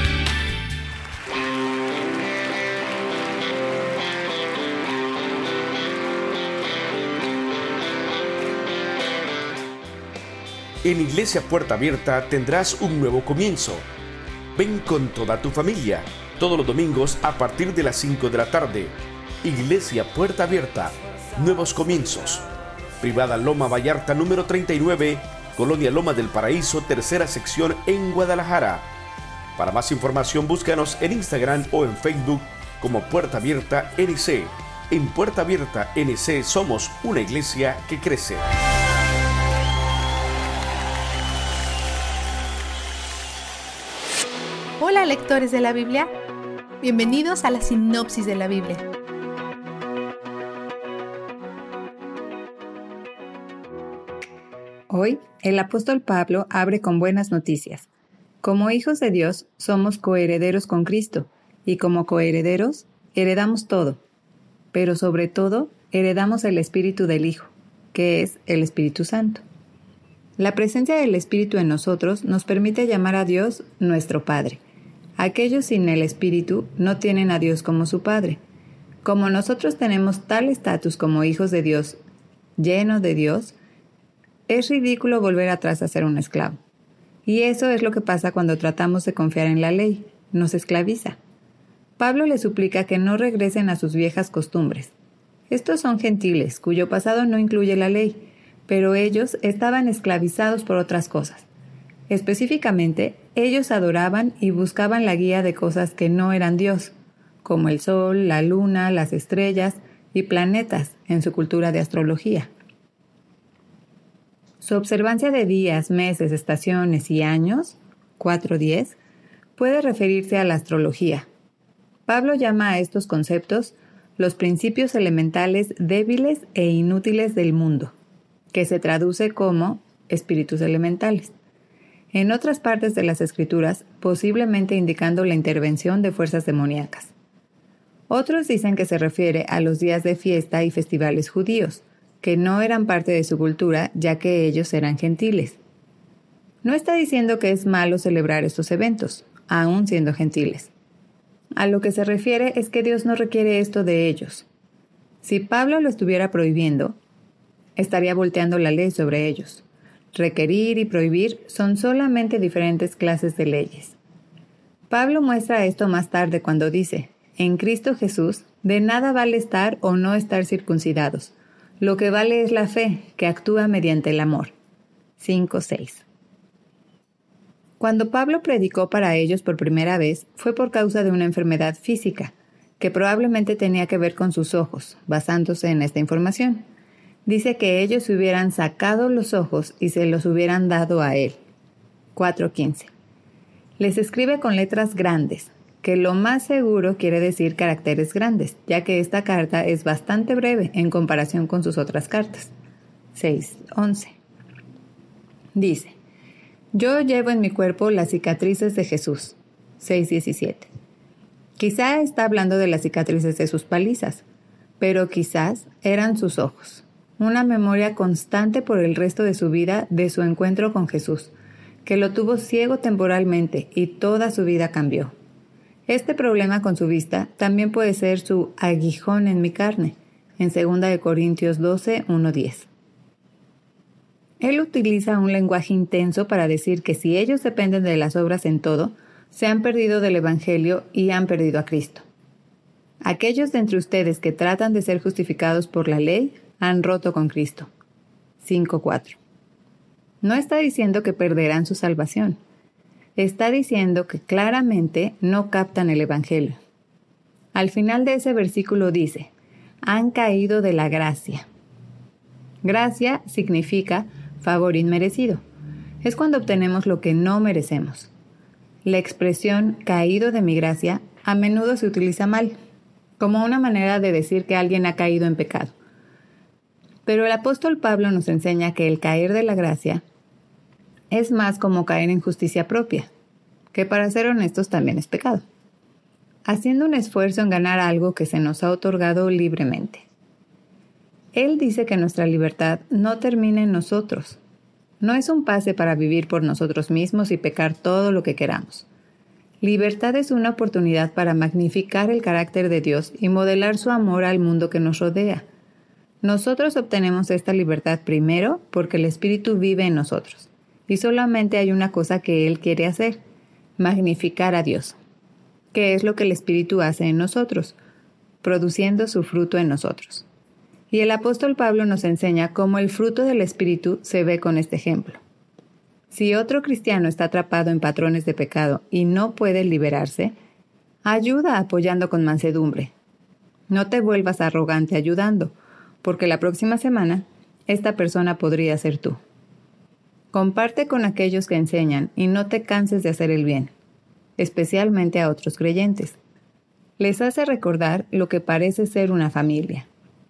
En Iglesia Puerta Abierta tendrás un nuevo comienzo. Ven con toda tu familia, todos los domingos a partir de las 5 de la tarde. Iglesia Puerta Abierta, nuevos comienzos. Privada Loma Vallarta número 39, Colonia Loma del Paraíso, tercera sección en Guadalajara. Para más información búscanos en Instagram o en Facebook como Puerta Abierta NC. En Puerta Abierta NC somos una iglesia que crece. Hola lectores de la Biblia, bienvenidos a la sinopsis de la Biblia. Hoy, el apóstol Pablo abre con buenas noticias. Como hijos de Dios, somos coherederos con Cristo, y como coherederos, heredamos todo. Pero sobre todo, heredamos el Espíritu del Hijo, que es el Espíritu Santo. La presencia del Espíritu en nosotros nos permite llamar a Dios nuestro Padre. Aquellos sin el Espíritu no tienen a Dios como su Padre. Como nosotros tenemos tal estatus como hijos de Dios, llenos de Dios, es ridículo volver atrás a ser un esclavo. Y eso es lo que pasa cuando tratamos de confiar en la ley. Nos esclaviza. Pablo les suplica que no regresen a sus viejas costumbres. Estos son gentiles, cuyo pasado no incluye la ley, pero ellos estaban esclavizados por otras cosas. Específicamente, ellos adoraban y buscaban la guía de cosas que no eran Dios, como el sol, la luna, las estrellas y planetas en su cultura de astrología. Su observancia de días, meses, estaciones y años, 4:10, puede referirse a la astrología. Pablo llama a estos conceptos los principios elementales débiles e inútiles del mundo, que se traduce como espíritus elementales. En otras partes de las Escrituras, posiblemente indicando la intervención de fuerzas demoníacas. Otros dicen que se refiere a los días de fiesta y festivales judíos, que no eran parte de su cultura ya que ellos eran gentiles. No está diciendo que es malo celebrar estos eventos, aun siendo gentiles. A lo que se refiere es que Dios no requiere esto de ellos. Si Pablo lo estuviera prohibiendo, estaría volteando la ley sobre ellos. Requerir y prohibir son solamente diferentes clases de leyes. Pablo muestra esto más tarde cuando dice: en Cristo Jesús, de nada vale estar o no estar circuncidados. Lo que vale es la fe, que actúa mediante el amor. 5:6. Cuando Pablo predicó para ellos por primera vez, fue por causa de una enfermedad física, que probablemente tenía que ver con sus ojos, basándose en esta información. Dice que ellos se hubieran sacado los ojos y se los hubieran dado a él. 4:15. Les escribe con letras grandes, que lo más seguro quiere decir caracteres grandes, ya que esta carta es bastante breve en comparación con sus otras cartas. 6:11. Dice: yo llevo en mi cuerpo las cicatrices de Jesús. 6:17. Quizá está hablando de las cicatrices de sus palizas, pero quizás eran sus ojos. Una memoria constante por el resto de su vida de su encuentro con Jesús, que lo tuvo ciego temporalmente y toda su vida cambió. Este problema con su vista también puede ser su aguijón en mi carne, en 2 Corintios 12:1-10. Él utiliza un lenguaje intenso para decir que si ellos dependen de las obras en todo, se han perdido del Evangelio y han perdido a Cristo. Aquellos de entre ustedes que tratan de ser justificados por la ley han roto con Cristo. 5:4. No está diciendo que perderán su salvación. Está diciendo que claramente no captan el Evangelio. Al final de ese versículo dice: han caído de la gracia. Gracia significa favor inmerecido. Es cuando obtenemos lo que no merecemos. La expresión caído de mi gracia a menudo se utiliza mal, como una manera de decir que alguien ha caído en pecado. Pero el apóstol Pablo nos enseña que el caer de la gracia es más como caer en justicia propia, que para ser honestos también es pecado, haciendo un esfuerzo en ganar algo que se nos ha otorgado libremente. Él dice que nuestra libertad no termina en nosotros. No es un pase para vivir por nosotros mismos y pecar todo lo que queramos. Libertad es una oportunidad para magnificar el carácter de Dios y modelar su amor al mundo que nos rodea. Nosotros obtenemos esta libertad primero porque el Espíritu vive en nosotros. Y solamente hay una cosa que Él quiere hacer: magnificar a Dios. ¿Qué es lo que el Espíritu hace en nosotros? Produciendo su fruto en nosotros. Y el apóstol Pablo nos enseña cómo el fruto del Espíritu se ve con este ejemplo. Si otro cristiano está atrapado en patrones de pecado y no puede liberarse, ayuda apoyando con mansedumbre. No te vuelvas arrogante ayudando, porque la próxima semana esta persona podría ser tú. Comparte con aquellos que enseñan y no te canses de hacer el bien, especialmente a otros creyentes. Les hace recordar lo que parece ser una familia.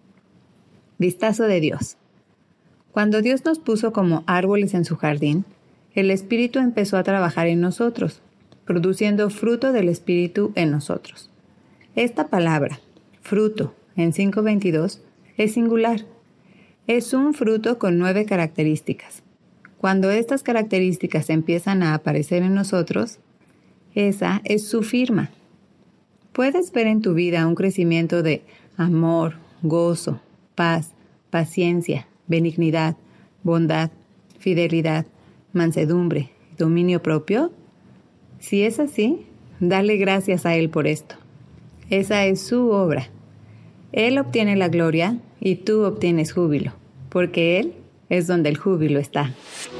Vistazo de Dios. Cuando Dios nos puso como árboles en su jardín, el Espíritu empezó a trabajar en nosotros, produciendo fruto del Espíritu en nosotros. Esta palabra, fruto, en 5:22, es singular. Es un fruto con 9 características. Cuando estas características empiezan a aparecer en nosotros, esa es su firma. Puedes ver en tu vida un crecimiento de amor, gozo, paz, paciencia, benignidad, bondad, fidelidad, mansedumbre, dominio propio. Si es así, dale gracias a Él por esto. Esa es su obra. Él obtiene la gloria y tú obtienes júbilo, porque Él es donde el júbilo está.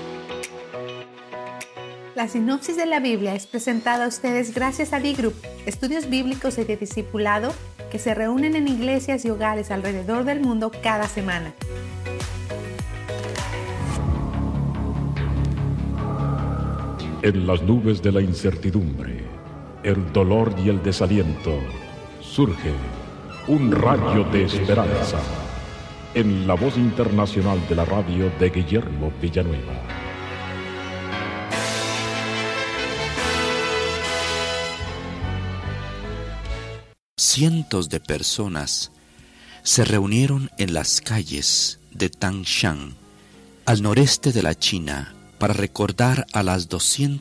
La sinopsis de la Biblia es presentada a ustedes gracias a D-Group, estudios bíblicos y de discipulado que se reúnen en iglesias y hogares alrededor del mundo cada semana. En las nubes de la incertidumbre, el dolor y el desaliento, surge un rayo de esperanza en la voz internacional de la radio de Guillermo Villanueva. Cientos de personas se reunieron en las calles de Tangshan, al noreste de la China, para recordar a las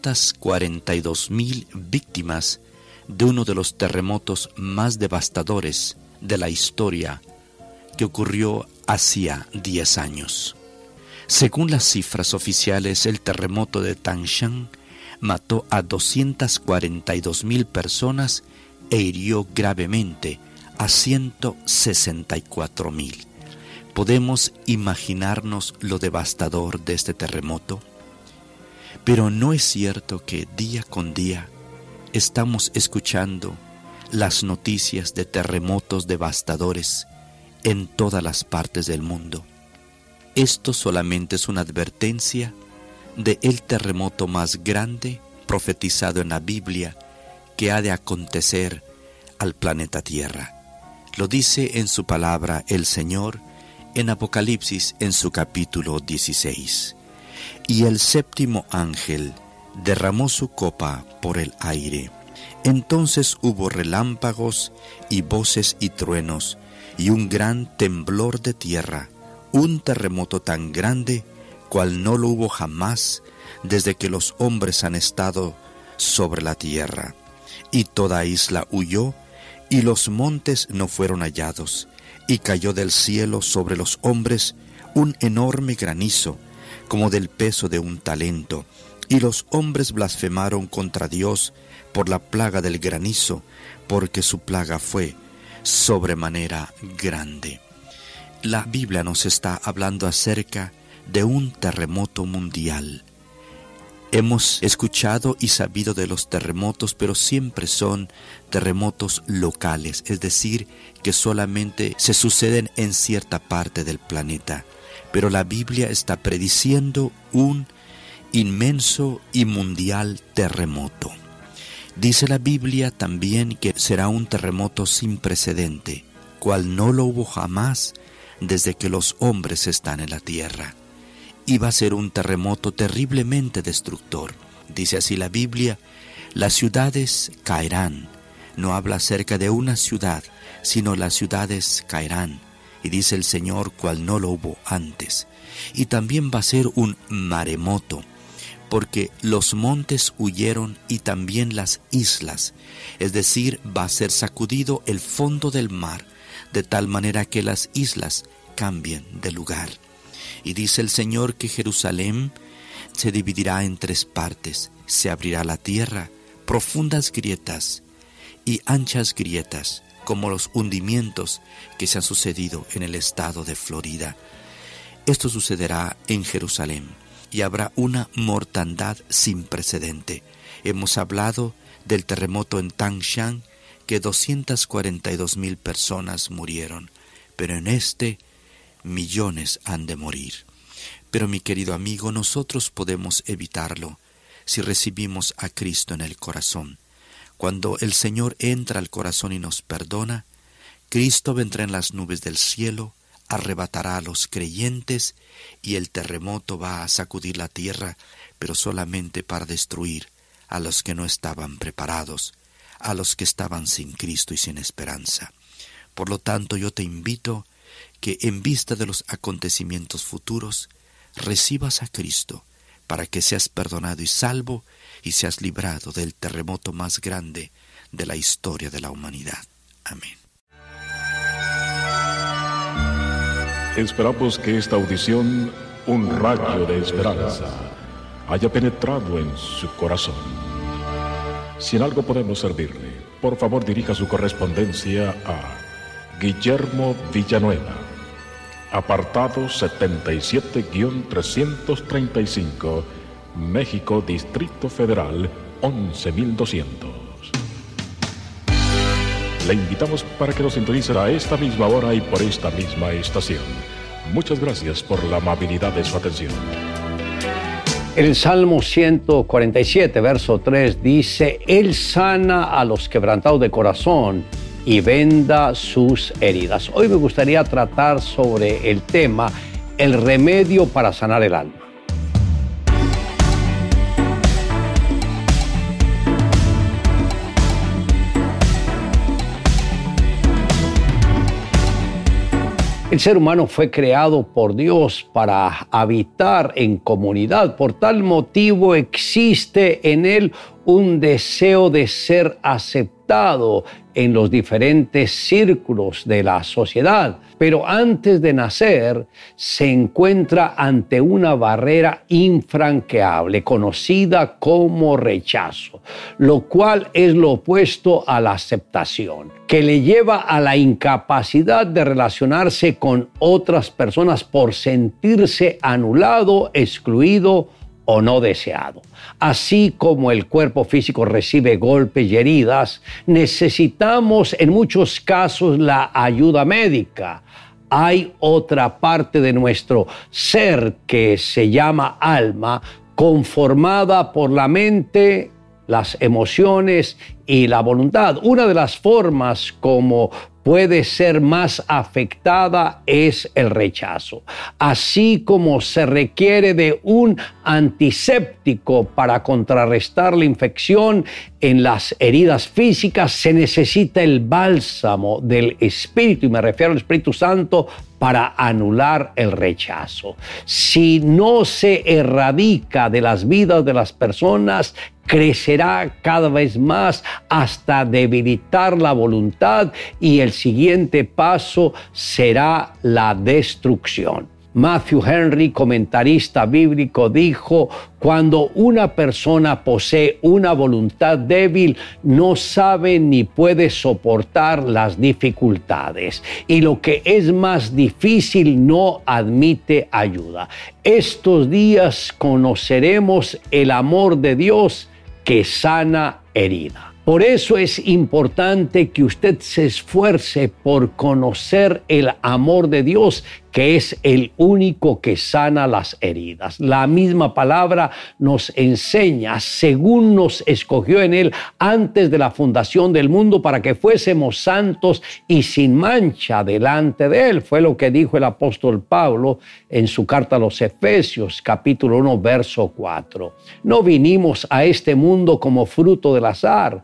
242,000 víctimas de uno de los terremotos más devastadores de la historia que ocurrió hacía 10 años. Según las cifras oficiales, el terremoto de Tangshan mató a 242,000 personas e hirió gravemente a 164,000. ¿Podemos imaginarnos lo devastador de este terremoto? Pero ¿no es cierto que día con día estamos escuchando las noticias de terremotos devastadores en todas las partes del mundo? Esto solamente es una advertencia de el terremoto más grande profetizado en la Biblia que ha de acontecer al planeta Tierra. Lo dice en su palabra el Señor en Apocalipsis en su capítulo 16. Y el séptimo ángel derramó su copa por el aire. Entonces hubo relámpagos y voces y truenos y un gran temblor de tierra, un terremoto tan grande cual no lo hubo jamás desde que los hombres han estado sobre la tierra. Y toda isla huyó, y los montes no fueron hallados, y cayó del cielo sobre los hombres un enorme granizo, como del peso de un talento, y los hombres blasfemaron contra Dios por la plaga del granizo, porque su plaga fue sobremanera grande. La Biblia nos está hablando acerca de un terremoto mundial. Hemos escuchado y sabido de los terremotos, pero siempre son terremotos locales, es decir, que solamente se suceden en cierta parte del planeta. Pero la Biblia está prediciendo un inmenso y mundial terremoto. Dice la Biblia también que será un terremoto sin precedente, cual no lo hubo jamás desde que los hombres están en la tierra. Y va a ser un terremoto terriblemente destructor. Dice así la Biblia: las ciudades caerán. No habla acerca de una ciudad, sino las ciudades caerán. Y dice el Señor, cual no lo hubo antes. Y también va a ser un maremoto, porque los montes huyeron y también las islas. Es decir, va a ser sacudido el fondo del mar, de tal manera que las islas cambien de lugar. Y dice el Señor que Jerusalén se dividirá en 3 partes. Se abrirá la tierra, profundas grietas y anchas grietas, como los hundimientos que se han sucedido en el estado de Florida. Esto sucederá en Jerusalén y habrá una mortandad sin precedente. Hemos hablado del terremoto en Tangshan, que 242,000 personas murieron, pero en este millones han de morir. Pero mi querido amigo, nosotros podemos evitarlo si recibimos a Cristo en el corazón. Cuando el Señor entra al corazón y nos perdona, Cristo vendrá en las nubes del cielo, arrebatará a los creyentes y el terremoto va a sacudir la tierra, pero solamente para destruir a los que no estaban preparados, a los que estaban sin Cristo y sin esperanza. Por lo tanto, yo te invito que en vista de los acontecimientos futuros, recibas a Cristo para que seas perdonado y salvo y seas librado del terremoto más grande de la historia de la humanidad. Amén. Esperamos que esta audición, un rayo de esperanza, haya penetrado en su corazón. Si en algo podemos servirle, por favor dirija su correspondencia a Guillermo Villanueva, apartado 77-335, México, Distrito Federal, 11200. Le invitamos para que nos sintonice a esta misma hora y por esta misma estación. Muchas gracias por la amabilidad de su atención. El Salmo 147, verso 3 dice: Él sana a los quebrantados de corazón y venda sus heridas. Hoy me gustaría tratar sobre el tema, el remedio para sanar el alma. El ser humano fue creado por Dios para habitar en comunidad. Por tal motivo existe en él un deseo de ser aceptado en los diferentes círculos de la sociedad. Pero antes de nacer se encuentra ante una barrera infranqueable conocida como rechazo, lo cual es lo opuesto a la aceptación, que le lleva a la incapacidad de relacionarse con otras personas por sentirse anulado, excluido o no deseado. Así como el cuerpo físico recibe golpes y heridas, necesitamos en muchos casos la ayuda médica. Hay otra parte de nuestro ser que se llama alma, conformada por la mente, las emociones y la voluntad. Una de las formas como puede ser más afectada es el rechazo. Así como se requiere de un antiséptico para contrarrestar la infección en las heridas físicas, se necesita el bálsamo del Espíritu, y me refiero al Espíritu Santo, para anular el rechazo. Si no se erradica de las vidas de las personas, crecerá cada vez más hasta debilitar la voluntad, y el siguiente paso será la destrucción. Matthew Henry, comentarista bíblico, dijo: cuando una persona posee una voluntad débil, no sabe ni puede soportar las dificultades, y lo que es más difícil no admite ayuda. Estos días conoceremos el amor de Dios que sana herida. Por eso es importante que usted se esfuerce por conocer el amor de Dios, que es el único que sana las heridas. La misma palabra nos enseña, según nos escogió en Él antes de la fundación del mundo, para que fuésemos santos y sin mancha delante de Él. Fue lo que dijo el apóstol Pablo en su carta a los Efesios, capítulo 1, verso 4. No vinimos a este mundo como fruto del azar.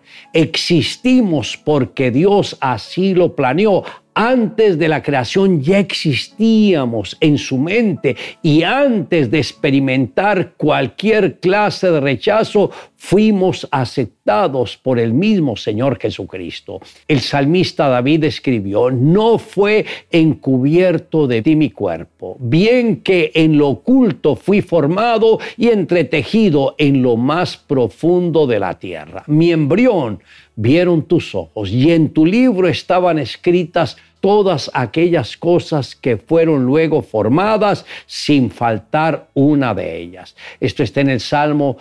Existimos porque Dios así lo planeó. Antes de la creación ya existíamos en su mente, y antes de experimentar cualquier clase de rechazo, fuimos aceptados por el mismo Señor Jesucristo. El salmista David escribió: no fue encubierto de ti mi cuerpo, bien que en lo oculto fui formado y entretejido en lo más profundo de la tierra. Mi embrión vieron tus ojos, y en tu libro estaban escritas todas aquellas cosas que fueron luego formadas, sin faltar una de ellas. Esto está en el Salmo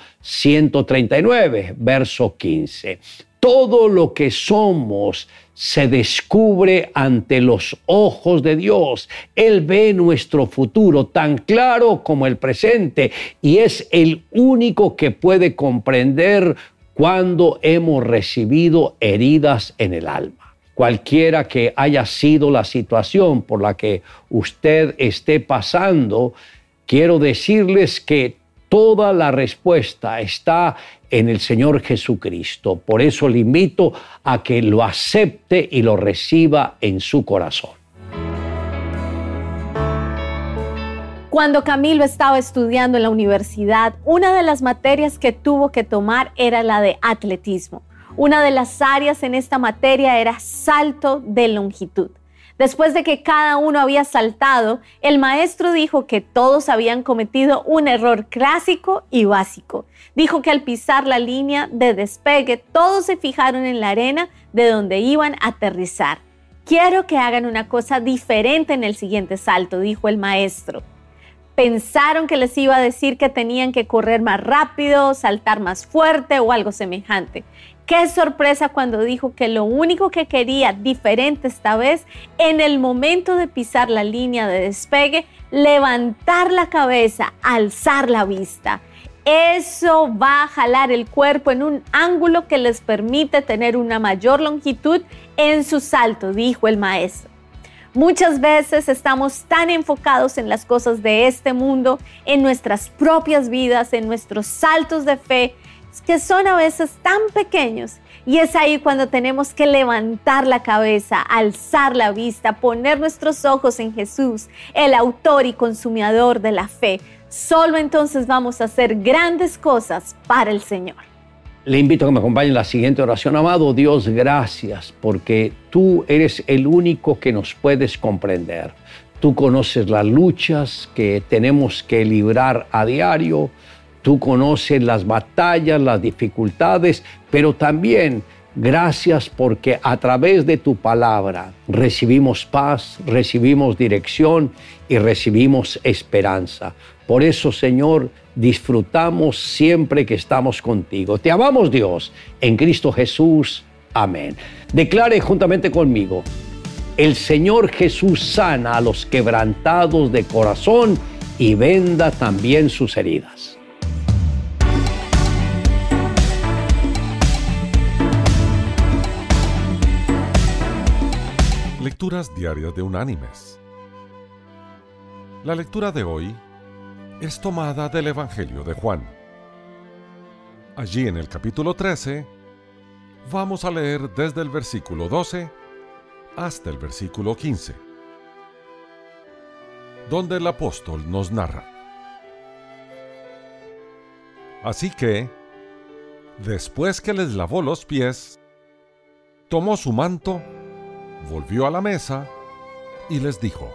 139, verso 15. Todo lo que somos se descubre ante los ojos de Dios. Él ve nuestro futuro tan claro como el presente, y es el único que puede comprender cuando hemos recibido heridas en el alma. Cualquiera que haya sido la situación por la que usted esté pasando, quiero decirles que toda la respuesta está en el Señor Jesucristo. Por eso le invito a que lo acepte y lo reciba en su corazón. Cuando Camilo estaba estudiando en la universidad, una de las materias que tuvo que tomar era la de atletismo. Una de las áreas en esta materia era salto de longitud. Después de que cada uno había saltado, el maestro dijo que todos habían cometido un error clásico y básico. Dijo que al pisar la línea de despegue, todos se fijaron en la arena, de donde iban a aterrizar. Quiero que hagan una cosa diferente en el siguiente salto, dijo el maestro. Pensaron que les iba a decir que tenían que correr más rápido, saltar más fuerte o algo semejante. Qué sorpresa cuando dijo que lo único que quería diferente esta vez, en el momento de pisar la línea de despegue, levantar la cabeza, alzar la vista. Eso va a jalar el cuerpo en un ángulo que les permite tener una mayor longitud en su salto, dijo el maestro. Muchas veces estamos tan enfocados en las cosas de este mundo, en nuestras propias vidas, en nuestros saltos de fe, que son a veces tan pequeños. Y es ahí cuando tenemos que levantar la cabeza, alzar la vista, poner nuestros ojos en Jesús, el autor y consumador de la fe. Solo entonces vamos a hacer grandes cosas para el Señor. Le invito a que me acompañe en la siguiente oración. Amado Dios, gracias porque tú eres el único que nos puedes comprender. Tú conoces las luchas que tenemos que librar a diario. Tú conoces las batallas, las dificultades, pero también gracias porque a través de tu palabra recibimos paz, recibimos dirección y recibimos esperanza. Por eso, Señor, disfrutamos siempre que estamos contigo. Te amamos, Dios, en Cristo Jesús. Amén. Declare juntamente conmigo: el Señor Jesús sana a los quebrantados de corazón y venda también sus heridas. Lecturas diarias de Unánimes. La lectura de hoy es tomada del Evangelio de Juan. Allí en el capítulo 13 vamos a leer desde el versículo 12 hasta el versículo 15, donde el apóstol nos narra: Así que, después que les lavó los pies, tomó su manto, volvió a la mesa y les dijo: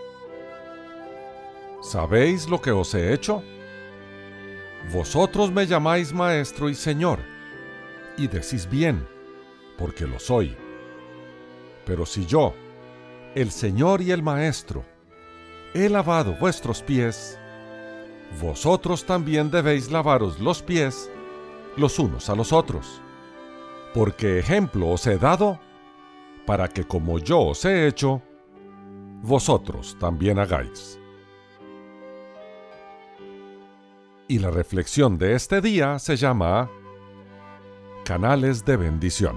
¿Sabéis lo que os he hecho? Vosotros me llamáis Maestro y Señor, y decís bien, porque lo soy. Pero si yo, el Señor y el Maestro, he lavado vuestros pies, vosotros también debéis lavaros los pies los unos a los otros, porque ejemplo os he dado, para que como yo os he hecho, vosotros también hagáis. Y la reflexión de este día se llama Canales de Bendición.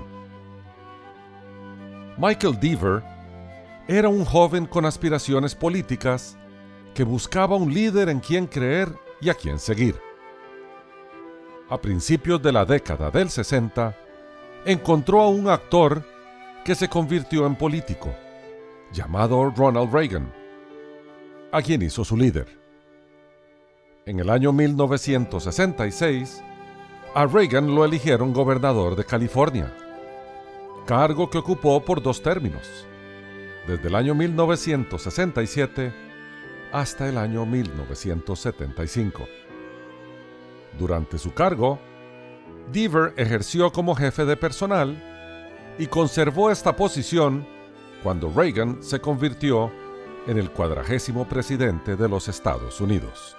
Michael Deaver era un joven con aspiraciones políticas que buscaba un líder en quien creer y a quien seguir. A principios de la década del 60, encontró a un actor que se convirtió en político, llamado Ronald Reagan, a quien hizo su líder. En el año 1966, a Reagan lo eligieron gobernador de California, cargo que ocupó por 2 términos, desde el año 1967 hasta el año 1975. Durante su cargo, Deaver ejerció como jefe de personal y conservó esta posición cuando Reagan se convirtió en el 40º presidente de los Estados Unidos.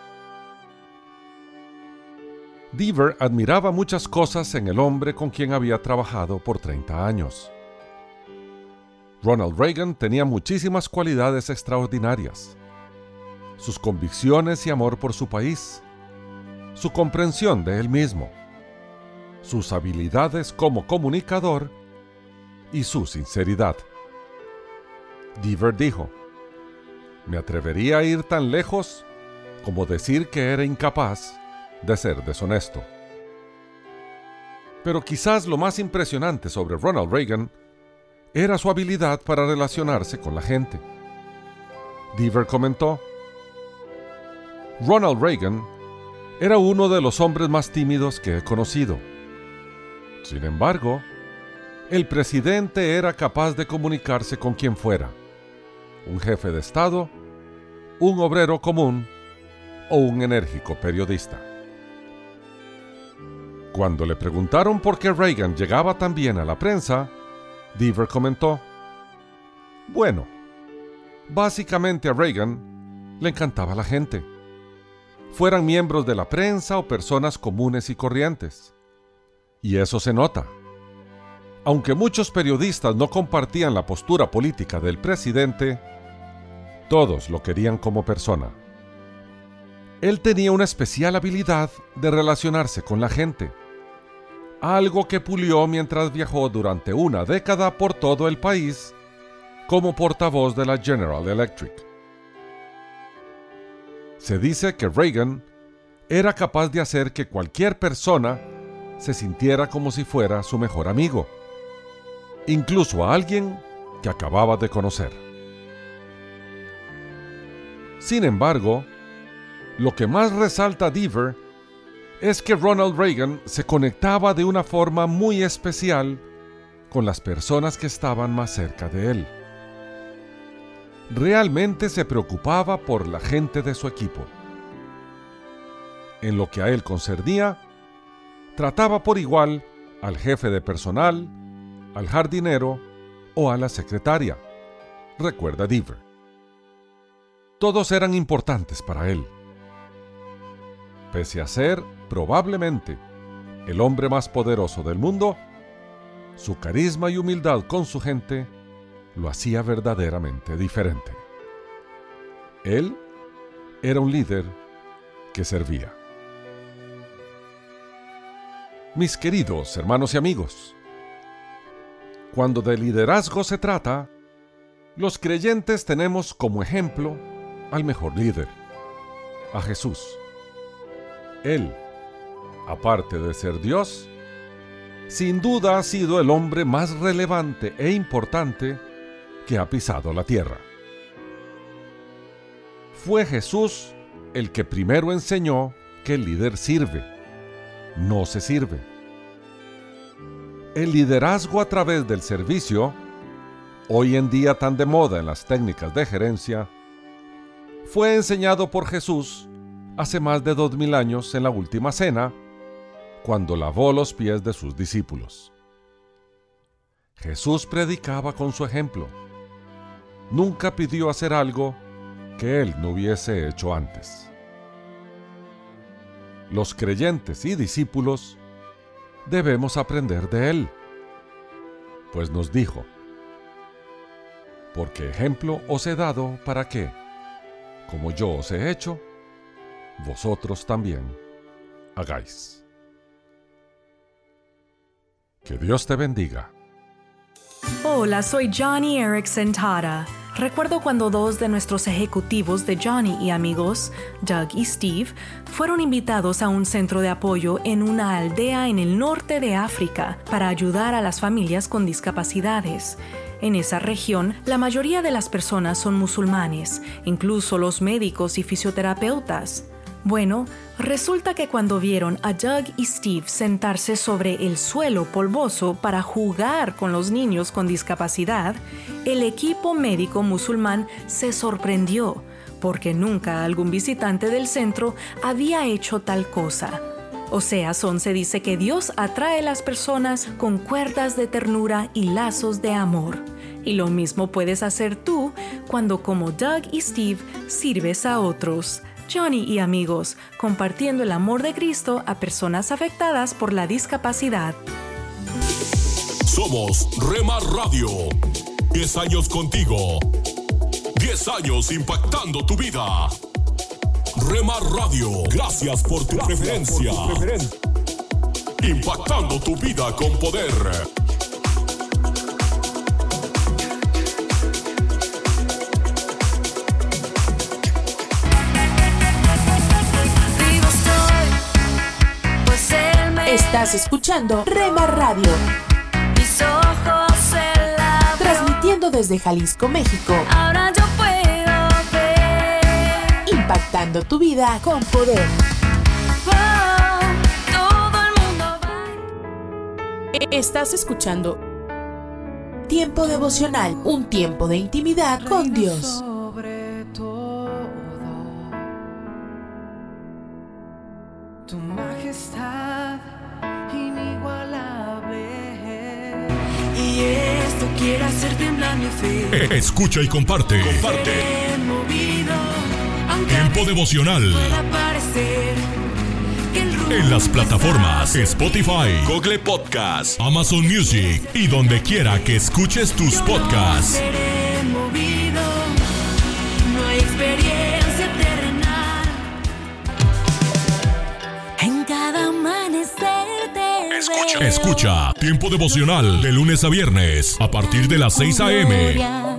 Deaver admiraba muchas cosas en el hombre con quien había trabajado por 30 años. Ronald Reagan tenía muchísimas cualidades extraordinarias: sus convicciones y amor por su país, su comprensión de él mismo, sus habilidades como comunicador y su sinceridad. Deaver dijo: «Me atrevería a ir tan lejos como decir que era incapaz de ser deshonesto». Pero quizás lo más impresionante sobre Ronald Reagan era su habilidad para relacionarse con la gente. Deaver comentó: «Ronald Reagan era uno de los hombres más tímidos que he conocido. Sin embargo, el presidente era capaz de comunicarse con quien fuera, un jefe de Estado, un obrero común o un enérgico periodista». Cuando le preguntaron por qué Reagan llegaba tan bien a la prensa, Deaver comentó: bueno, básicamente a Reagan le encantaba la gente, fueran miembros de la prensa o personas comunes y corrientes. Y eso se nota. Aunque muchos periodistas no compartían la postura política del presidente, todos lo querían como persona. Él tenía una especial habilidad de relacionarse con la gente, algo que pulió mientras viajó durante una década por todo el país como portavoz de la General Electric. Se dice que Reagan era capaz de hacer que cualquier persona se sintiera como si fuera su mejor amigo, incluso a alguien que acababa de conocer. Sin embargo, lo que más resalta a Deaver es que Ronald Reagan se conectaba de una forma muy especial con las personas que estaban más cerca de él. Realmente se preocupaba por la gente de su equipo. En lo que a él concernía, trataba por igual al jefe de personal, al jardinero o a la secretaria, recuerda Deaver. Todos eran importantes para él. Pese a ser, probablemente, el hombre más poderoso del mundo, su carisma y humildad con su gente lo hacía verdaderamente diferente. Él era un líder que servía. Mis queridos hermanos y amigos, cuando de liderazgo se trata, los creyentes tenemos como ejemplo al mejor líder, a Jesús. Él, aparte de ser Dios, sin duda ha sido el hombre más relevante e importante que ha pisado la tierra. Fue Jesús el que primero enseñó que el líder sirve, no se sirve. El liderazgo a través del servicio, hoy en día tan de moda en las técnicas de gerencia, fue enseñado por Jesús hace más de 2000 años en la Última Cena, cuando lavó los pies de sus discípulos. Jesús predicaba con su ejemplo. Nunca pidió hacer algo que él no hubiese hecho antes. Los creyentes y discípulos debemos aprender de él, pues nos dijo: porque ejemplo os he dado para que, como yo os he hecho, vosotros también hagáis. Que Dios te bendiga. Hola, soy Johnny Erickson Tara. Recuerdo cuando dos de nuestros ejecutivos de Johnny y amigos, Doug y Steve, fueron invitados a un centro de apoyo en una aldea en el norte de África para ayudar a las familias con discapacidades. En esa región, la mayoría de las personas son musulmanes, incluso los médicos y fisioterapeutas. Bueno, resulta que cuando vieron a Doug y Steve sentarse sobre el suelo polvoso para jugar con los niños con discapacidad, el equipo médico musulmán se sorprendió, porque nunca algún visitante del centro había hecho tal cosa. Oseas 11 dice que Dios atrae a las personas con cuerdas de ternura y lazos de amor. Y lo mismo puedes hacer tú cuando, como Doug y Steve, sirves a otros. Johnny y amigos, compartiendo el amor de Cristo a personas afectadas por la discapacidad. Somos Rhema Radio. 10 años contigo. 10 años impactando tu vida. Rhema Radio, gracias por tu preferencia. Impactando tu vida con poder. Estás escuchando Rhema Radio. Mis ojos se la transmitiendo desde Jalisco, México. Ahora yo puedo ver. Impactando tu vida con poder. Todo el mundo va. Estás escuchando Tiempo Devocional, un tiempo de intimidad con Dios. Sobre todo, tu majestad quiere hacer temblar mi fe. Escucha y comparte. Tiempo devocional. En las plataformas Spotify, Google Podcast, Amazon Music y donde quiera que escuches tus podcasts. No hay experiencia terrenal. En cada amanecer te Escucha Tiempo devocional de lunes a viernes a partir de las 6 a.m.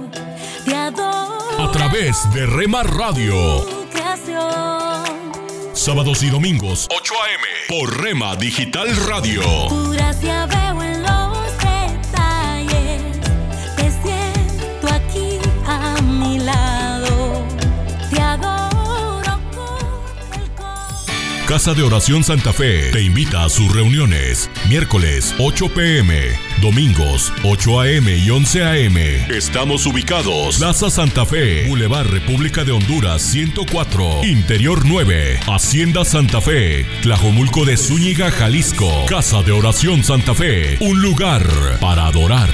a través de Rema Radio. Sábados y domingos 8 a.m. por Rema Digital Radio. Tu gracia veo en los detalles. Te siento aquí a mi lado. Te adoro con el corazón. Casa de Oración Santa Fe te invita a sus reuniones. Miércoles 8 p.m. Domingos 8 a.m. y 11 a.m. Estamos ubicados. Plaza Santa Fe, Boulevard República de Honduras 104, Interior 9, Hacienda Santa Fe, Tlajomulco de Zúñiga, Jalisco. Casa de Oración Santa Fe, un lugar para adorar.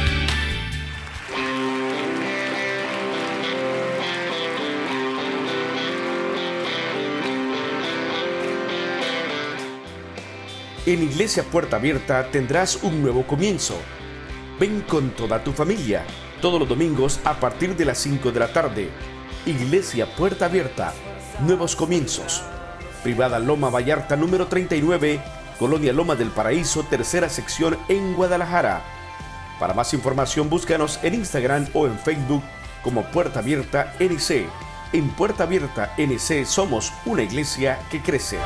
En Iglesia Puerta Abierta tendrás un nuevo comienzo. Ven con toda tu familia, todos los domingos a partir de las 5 de la tarde. Iglesia Puerta Abierta, nuevos comienzos. Privada Loma Vallarta número 39, Colonia Loma del Paraíso, tercera sección en Guadalajara. Para más información búscanos en Instagram o en Facebook como Puerta Abierta NC. En Puerta Abierta NC somos una iglesia que crece.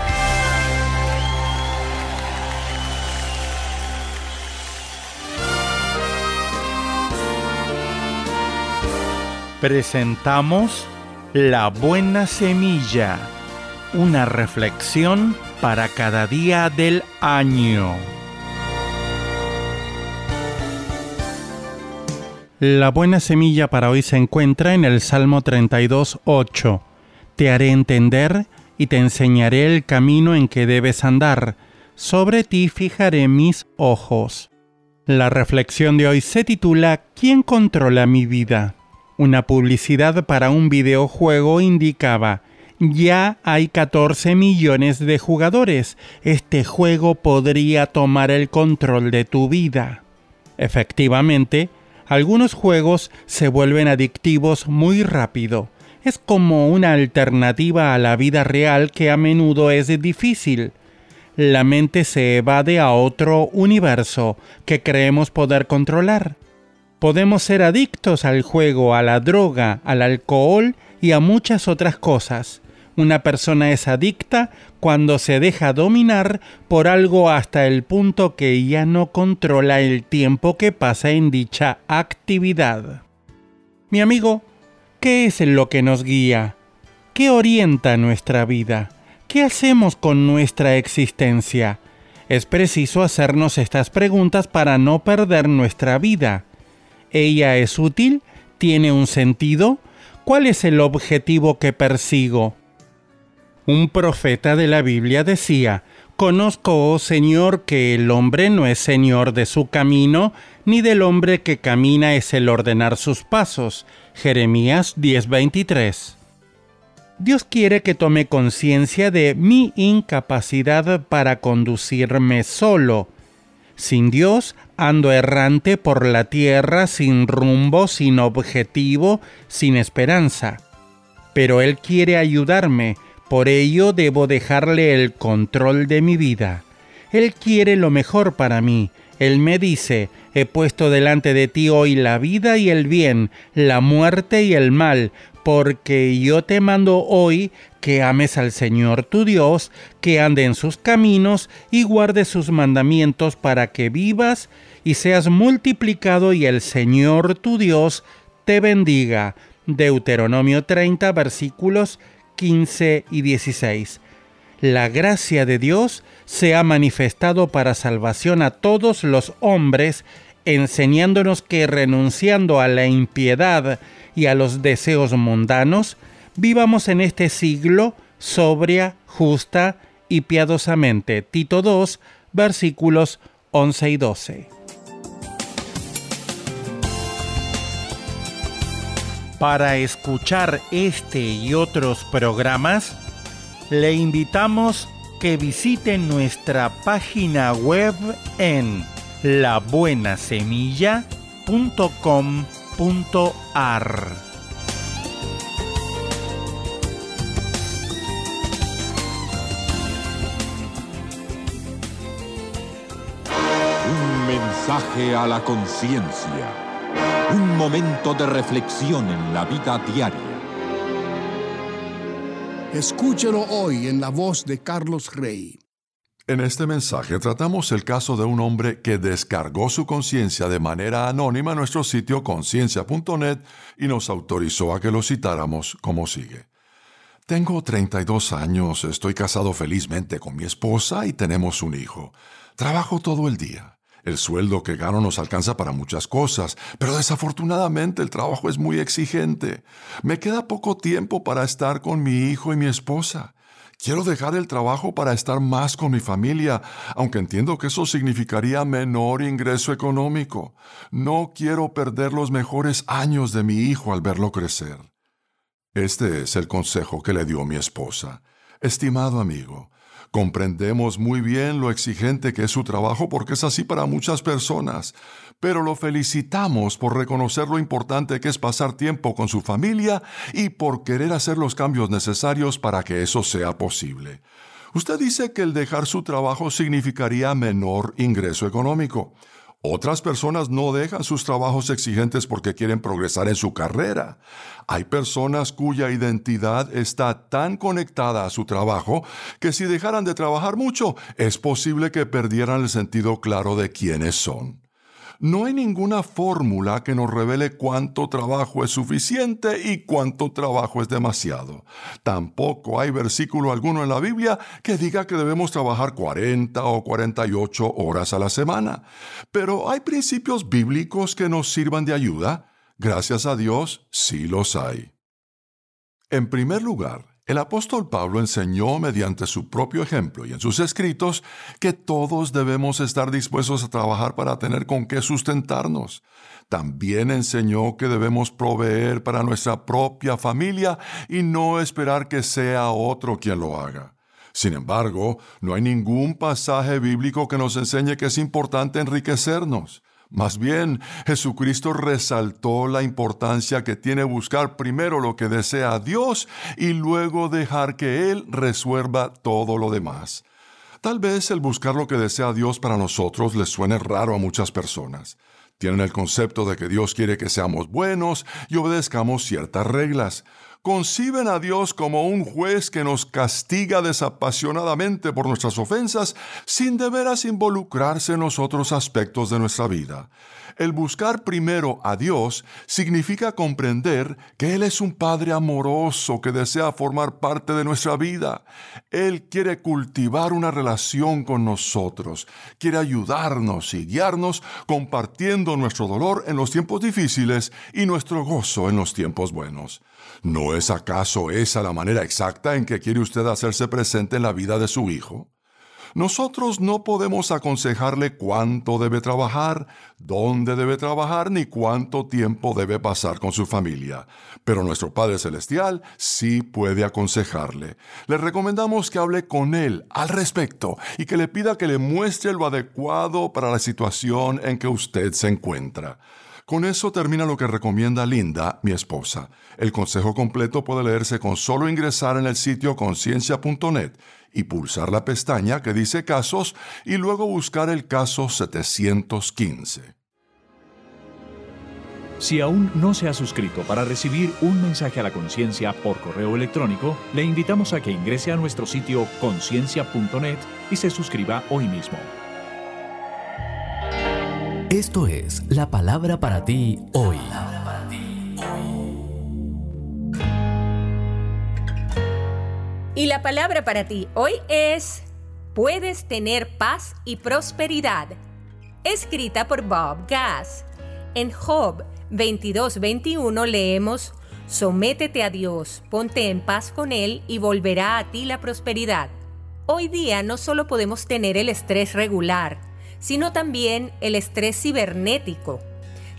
Presentamos La Buena Semilla, una reflexión para cada día del año. La buena semilla para hoy se encuentra en el Salmo 32:8. Te haré entender y te enseñaré el camino en que debes andar. Sobre ti fijaré mis ojos. La reflexión de hoy se titula ¿Quién controla mi vida? Una publicidad para un videojuego indicaba: ya hay 14 millones de jugadores. Este juego podría tomar el control de tu vida. Efectivamente, algunos juegos se vuelven adictivos muy rápido. Es como una alternativa a la vida real que a menudo es difícil. La mente se evade a otro universo que creemos poder controlar. Podemos ser adictos al juego, a la droga, al alcohol y a muchas otras cosas. Una persona es adicta cuando se deja dominar por algo hasta el punto que ya no controla el tiempo que pasa en dicha actividad. Mi amigo, ¿qué es lo que nos guía? ¿Qué orienta nuestra vida? ¿Qué hacemos con nuestra existencia? Es preciso hacernos estas preguntas para no perder nuestra vida. ¿Ella es útil? ¿Tiene un sentido? ¿Cuál es el objetivo que persigo? Un profeta de la Biblia decía: «Conozco, oh Señor, que el hombre no es señor de su camino, ni del hombre que camina es el ordenar sus pasos». Jeremías 10:23. Dios quiere que tome conciencia de mi incapacidad para conducirme solo. Sin Dios, ando errante por la tierra, sin rumbo, sin objetivo, sin esperanza. Pero Él quiere ayudarme, por ello debo dejarle el control de mi vida. Él quiere lo mejor para mí. Él me dice: he puesto delante de ti hoy la vida y el bien, la muerte y el mal, porque yo te mando hoy que ames al Señor tu Dios, que ande en sus caminos y guarde sus mandamientos para que vivas y seas multiplicado y el Señor tu Dios te bendiga. Deuteronomio 30, versículos 15 y 16. La gracia de Dios se ha manifestado para salvación a todos los hombres, enseñándonos que renunciando a la impiedad y a los deseos mundanos, vivamos en este siglo sobria, justa y piadosamente. Tito 2, versículos 11 y 12. Para escuchar este y otros programas, le invitamos que visite nuestra página web en labuenasemilla.com.ar. Un mensaje a la conciencia. Un momento de reflexión en la vida diaria. Escúchelo hoy en la voz de Carlos Rey. En este mensaje tratamos el caso de un hombre que descargó su conciencia de manera anónima en nuestro sitio conciencia.net y nos autorizó a que lo citáramos como sigue. Tengo 32 años, estoy casado felizmente con mi esposa y tenemos un hijo. Trabajo todo el día. El sueldo que gano nos alcanza para muchas cosas, pero desafortunadamente el trabajo es muy exigente. Me queda poco tiempo para estar con mi hijo y mi esposa. Quiero dejar el trabajo para estar más con mi familia, aunque entiendo que eso significaría menor ingreso económico. No quiero perder los mejores años de mi hijo al verlo crecer. Este es el consejo que le dio mi esposa. Estimado amigo, comprendemos muy bien lo exigente que es su trabajo porque es así para muchas personas, pero lo felicitamos por reconocer lo importante que es pasar tiempo con su familia y por querer hacer los cambios necesarios para que eso sea posible. Usted dice que el dejar su trabajo significaría menor ingreso económico. Otras personas no dejan sus trabajos exigentes porque quieren progresar en su carrera. Hay personas cuya identidad está tan conectada a su trabajo que si dejaran de trabajar mucho, es posible que perdieran el sentido claro de quiénes son. No hay ninguna fórmula que nos revele cuánto trabajo es suficiente y cuánto trabajo es demasiado. Tampoco hay versículo alguno en la Biblia que diga que debemos trabajar 40 o 48 horas a la semana. Pero hay principios bíblicos que nos sirvan de ayuda. Gracias a Dios, sí los hay. En primer lugar, el apóstol Pablo enseñó mediante su propio ejemplo y en sus escritos que todos debemos estar dispuestos a trabajar para tener con qué sustentarnos. También enseñó que debemos proveer para nuestra propia familia y no esperar que sea otro quien lo haga. Sin embargo, no hay ningún pasaje bíblico que nos enseñe que es importante enriquecernos. Más bien, Jesucristo resaltó la importancia que tiene buscar primero lo que desea Dios y luego dejar que Él resuelva todo lo demás. Tal vez el buscar lo que desea Dios para nosotros les suene raro a muchas personas. Tienen el concepto de que Dios quiere que seamos buenos y obedezcamos ciertas reglas. Conciben a Dios como un juez que nos castiga desapasionadamente por nuestras ofensas sin de veras involucrarse en los otros aspectos de nuestra vida. El buscar primero a Dios significa comprender que Él es un Padre amoroso que desea formar parte de nuestra vida. Él quiere cultivar una relación con nosotros, quiere ayudarnos y guiarnos compartiendo nuestro dolor en los tiempos difíciles y nuestro gozo en los tiempos buenos. ¿No es acaso esa la manera exacta en que quiere usted hacerse presente en la vida de su hijo? Nosotros no podemos aconsejarle cuánto debe trabajar, dónde debe trabajar, ni cuánto tiempo debe pasar con su familia. Pero nuestro Padre Celestial sí puede aconsejarle. Le recomendamos que hable con Él al respecto y que le pida que le muestre lo adecuado para la situación en que usted se encuentra. Con eso termina lo que recomienda Linda, mi esposa. El consejo completo puede leerse con solo ingresar en el sitio conciencia.net y pulsar la pestaña que dice Casos y luego buscar el caso 715. Si aún no se ha suscrito para recibir un mensaje a la conciencia por correo electrónico, le invitamos a que ingrese a nuestro sitio conciencia.net y se suscriba hoy mismo. Esto es la palabra para ti hoy. Y la palabra para ti hoy es: puedes tener paz y prosperidad. Escrita por Bob Gass. En Job 22:21 leemos: sométete a Dios, ponte en paz con Él y volverá a ti la prosperidad. Hoy día no solo podemos tener el estrés regular, sino también el estrés cibernético.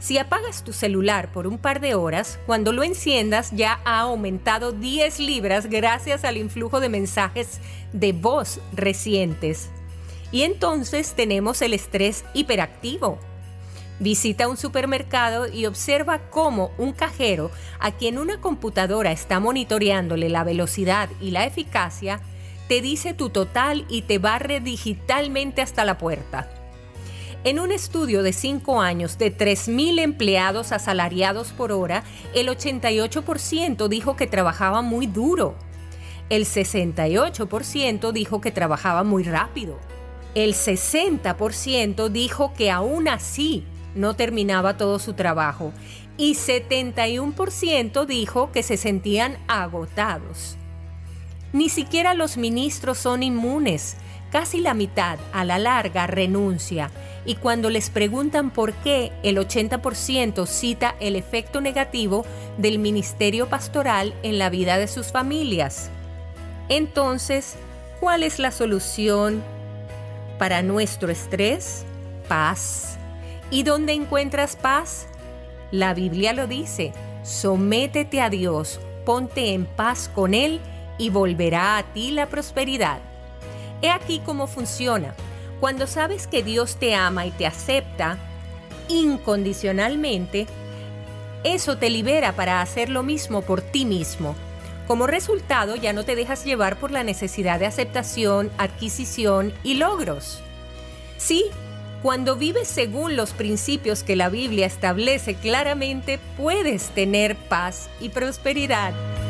Si apagas tu celular por un par de horas, cuando lo enciendas ya ha aumentado 10 libras gracias al influjo de mensajes de voz recientes. Y entonces tenemos el estrés hiperactivo. Visita un supermercado y observa cómo un cajero, a quien una computadora está monitoreándole la velocidad y la eficacia, te dice tu total y te barre digitalmente hasta la puerta. En un estudio de 5 años de 3,000 empleados asalariados por hora, el 88% dijo que trabajaba muy duro. El 68% dijo que trabajaba muy rápido. El 60% dijo que aún así no terminaba todo su trabajo. Y 71% dijo que se sentían agotados. Ni siquiera los ministros son inmunes. Casi la mitad a la larga renuncia. Y cuando les preguntan por qué, el 80% cita el efecto negativo del ministerio pastoral en la vida de sus familias. Entonces, ¿cuál es la solución para nuestro estrés? Paz. ¿Y dónde encuentras paz? La Biblia lo dice: sométete a Dios, ponte en paz con Él y volverá a ti la prosperidad. He aquí cómo funciona. Cuando sabes que Dios te ama y te acepta incondicionalmente, eso te libera para hacer lo mismo por ti mismo. Como resultado, ya no te dejas llevar por la necesidad de aceptación, adquisición y logros. Sí, cuando vives según los principios que la Biblia establece claramente, puedes tener paz y prosperidad.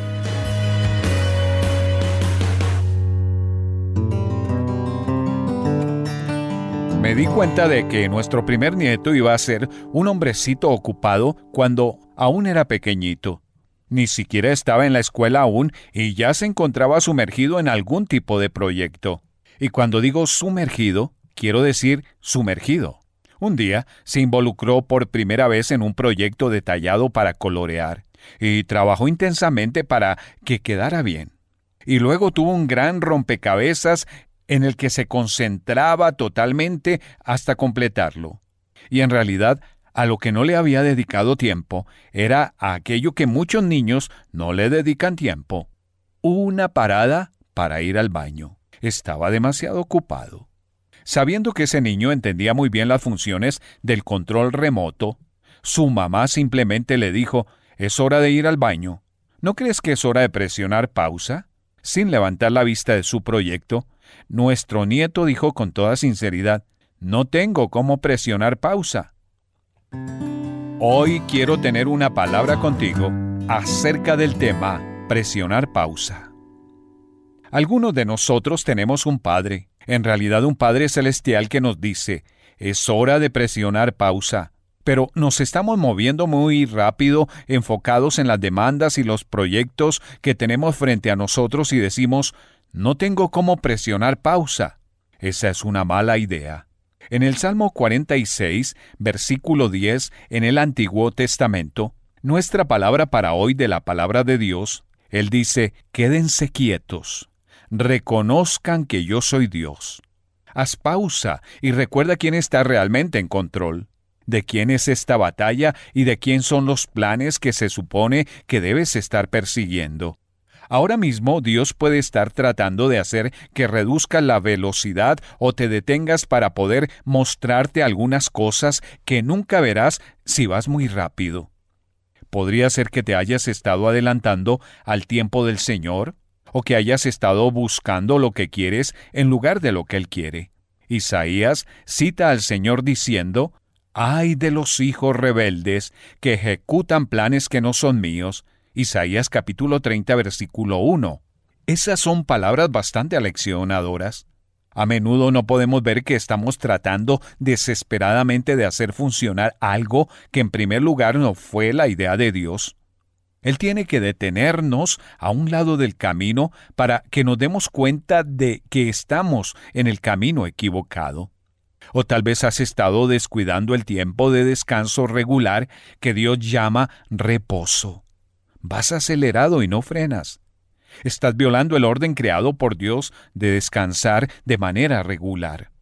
Me di cuenta de que nuestro primer nieto iba a ser un hombrecito ocupado cuando aún era pequeñito. Ni siquiera estaba en la escuela aún y ya se encontraba sumergido en algún tipo de proyecto. Y cuando digo sumergido, quiero decir sumergido. Un día se involucró por primera vez en un proyecto detallado para colorear y trabajó intensamente para que quedara bien. Y luego tuvo un gran rompecabezas en el que se concentraba totalmente hasta completarlo. Y en realidad, a lo que no le había dedicado tiempo era a aquello que muchos niños no le dedican tiempo: una parada para ir al baño. Estaba demasiado ocupado. Sabiendo que ese niño entendía muy bien las funciones del control remoto, su mamá simplemente le dijo: «Es hora de ir al baño. ¿No crees que es hora de presionar pausa?». Sin levantar la vista de su proyecto, nuestro nieto dijo con toda sinceridad: «No tengo cómo presionar pausa». Hoy quiero tener una palabra contigo acerca del tema presionar pausa. Algunos de nosotros tenemos un padre, en realidad un Padre Celestial, que nos dice: «Es hora de presionar pausa». Pero nos estamos moviendo muy rápido, enfocados en las demandas y los proyectos que tenemos frente a nosotros y decimos: «No tengo cómo presionar pausa». Esa es una mala idea. En el Salmo 46, versículo 10, en el Antiguo Testamento, nuestra palabra para hoy de la palabra de Dios, Él dice: «Quédense quietos, reconozcan que yo soy Dios». Haz pausa y recuerda quién está realmente en control. ¿De quién es esta batalla y de quién son los planes que se supone que debes estar persiguiendo? Ahora mismo Dios puede estar tratando de hacer que reduzcas la velocidad o te detengas para poder mostrarte algunas cosas que nunca verás si vas muy rápido. Podría ser que te hayas estado adelantando al tiempo del Señor o que hayas estado buscando lo que quieres en lugar de lo que Él quiere. Isaías cita al Señor diciendo: «Ay de los hijos rebeldes que ejecutan planes que no son míos». Isaías capítulo 30, versículo 1. Esas son palabras bastante aleccionadoras. A menudo no podemos ver que estamos tratando desesperadamente de hacer funcionar algo que en primer lugar no fue la idea de Dios. Él tiene que detenernos a un lado del camino para que nos demos cuenta de que estamos en el camino equivocado. O tal vez has estado descuidando el tiempo de descanso regular que Dios llama reposo. Vas acelerado y no frenas. Estás violando el orden creado por Dios de descansar de manera regular.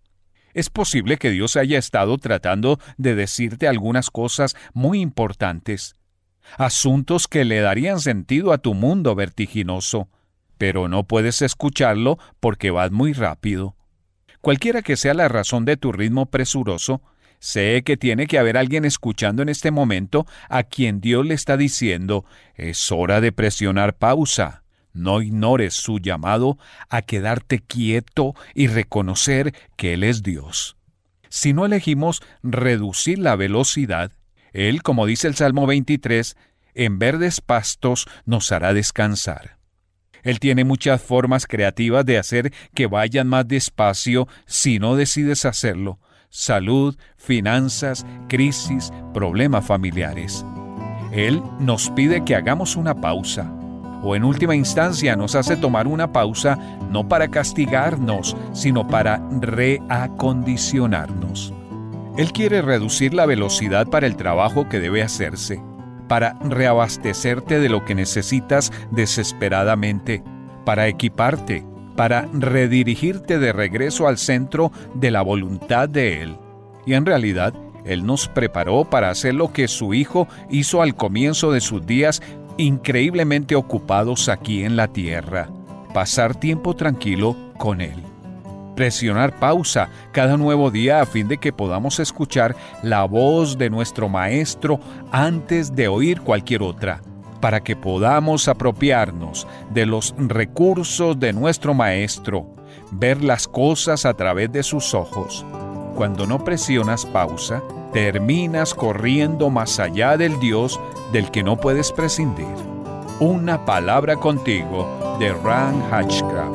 Es posible que Dios haya estado tratando de decirte algunas cosas muy importantes, asuntos que le darían sentido a tu mundo vertiginoso, pero no puedes escucharlo porque vas muy rápido. Cualquiera que sea la razón de tu ritmo presuroso, sé que tiene que haber alguien escuchando en este momento a quien Dios le está diciendo, es hora de presionar pausa. No ignores su llamado a quedarte quieto y reconocer que Él es Dios. Si no elegimos reducir la velocidad, Él, como dice el Salmo 23, en verdes pastos nos hará descansar. Él tiene muchas formas creativas de hacer que vayan más despacio si no decides hacerlo. Salud, finanzas, crisis, problemas familiares. Él nos pide que hagamos una pausa. O en última instancia nos hace tomar una pausa no para castigarnos, sino para reacondicionarnos. Él quiere reducir la velocidad para el trabajo que debe hacerse, para reabastecerte de lo que necesitas desesperadamente, para equiparte, para redirigirte de regreso al centro de la voluntad de Él. Y en realidad, Él nos preparó para hacer lo que su Hijo hizo al comienzo de sus días increíblemente ocupados aquí en la tierra, pasar tiempo tranquilo con Él. Presionar pausa cada nuevo día a fin de que podamos escuchar la voz de nuestro Maestro antes de oír cualquier otra, para que podamos apropiarnos de los recursos de nuestro Maestro, ver las cosas a través de sus ojos. Cuando no presionas pausa, terminas corriendo más allá del Dios del que no puedes prescindir. Una palabra contigo, de Ran Hatchcraft.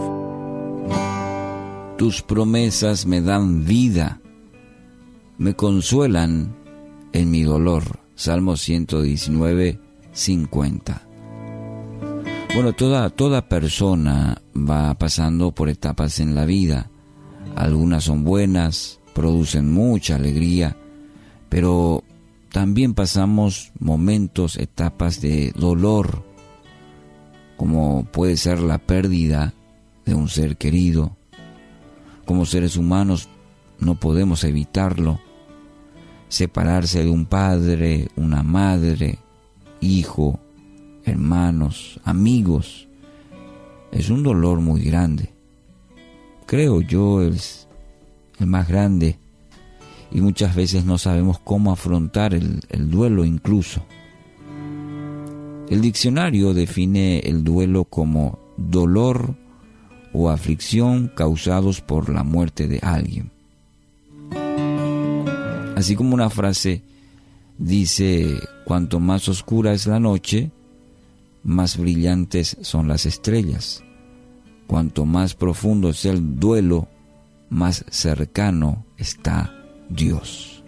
Tus promesas me dan vida, me consuelan en mi dolor. Salmo 119, 50. Bueno, toda persona va pasando por etapas en la vida. Algunas son buenas, producen mucha alegría, pero también pasamos momentos, etapas de dolor, como puede ser la pérdida de un ser querido. Como seres humanos no podemos evitarlo. Separarse de un padre, una madre, hijo, hermanos, amigos, es un dolor muy grande. Creo yo es el más grande, y muchas veces no sabemos cómo afrontar el duelo incluso. El diccionario define el duelo como dolor o aflicción causados por la muerte de alguien. Así como una frase dice, cuanto más oscura es la noche, más brillantes son las estrellas. Cuanto más profundo es el duelo, más cercano está Dios.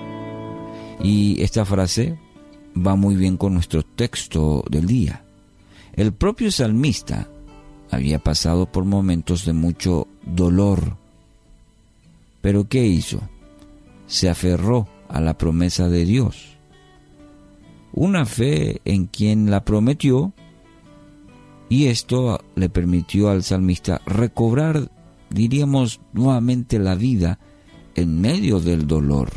Y esta frase va muy bien con nuestro texto del día. El propio salmista había pasado por momentos de mucho dolor. ¿Pero qué hizo? Se aferró a la promesa de Dios. Una fe en quien la prometió, y esto le permitió al salmista recobrar, diríamos, nuevamente la vida en medio del dolor.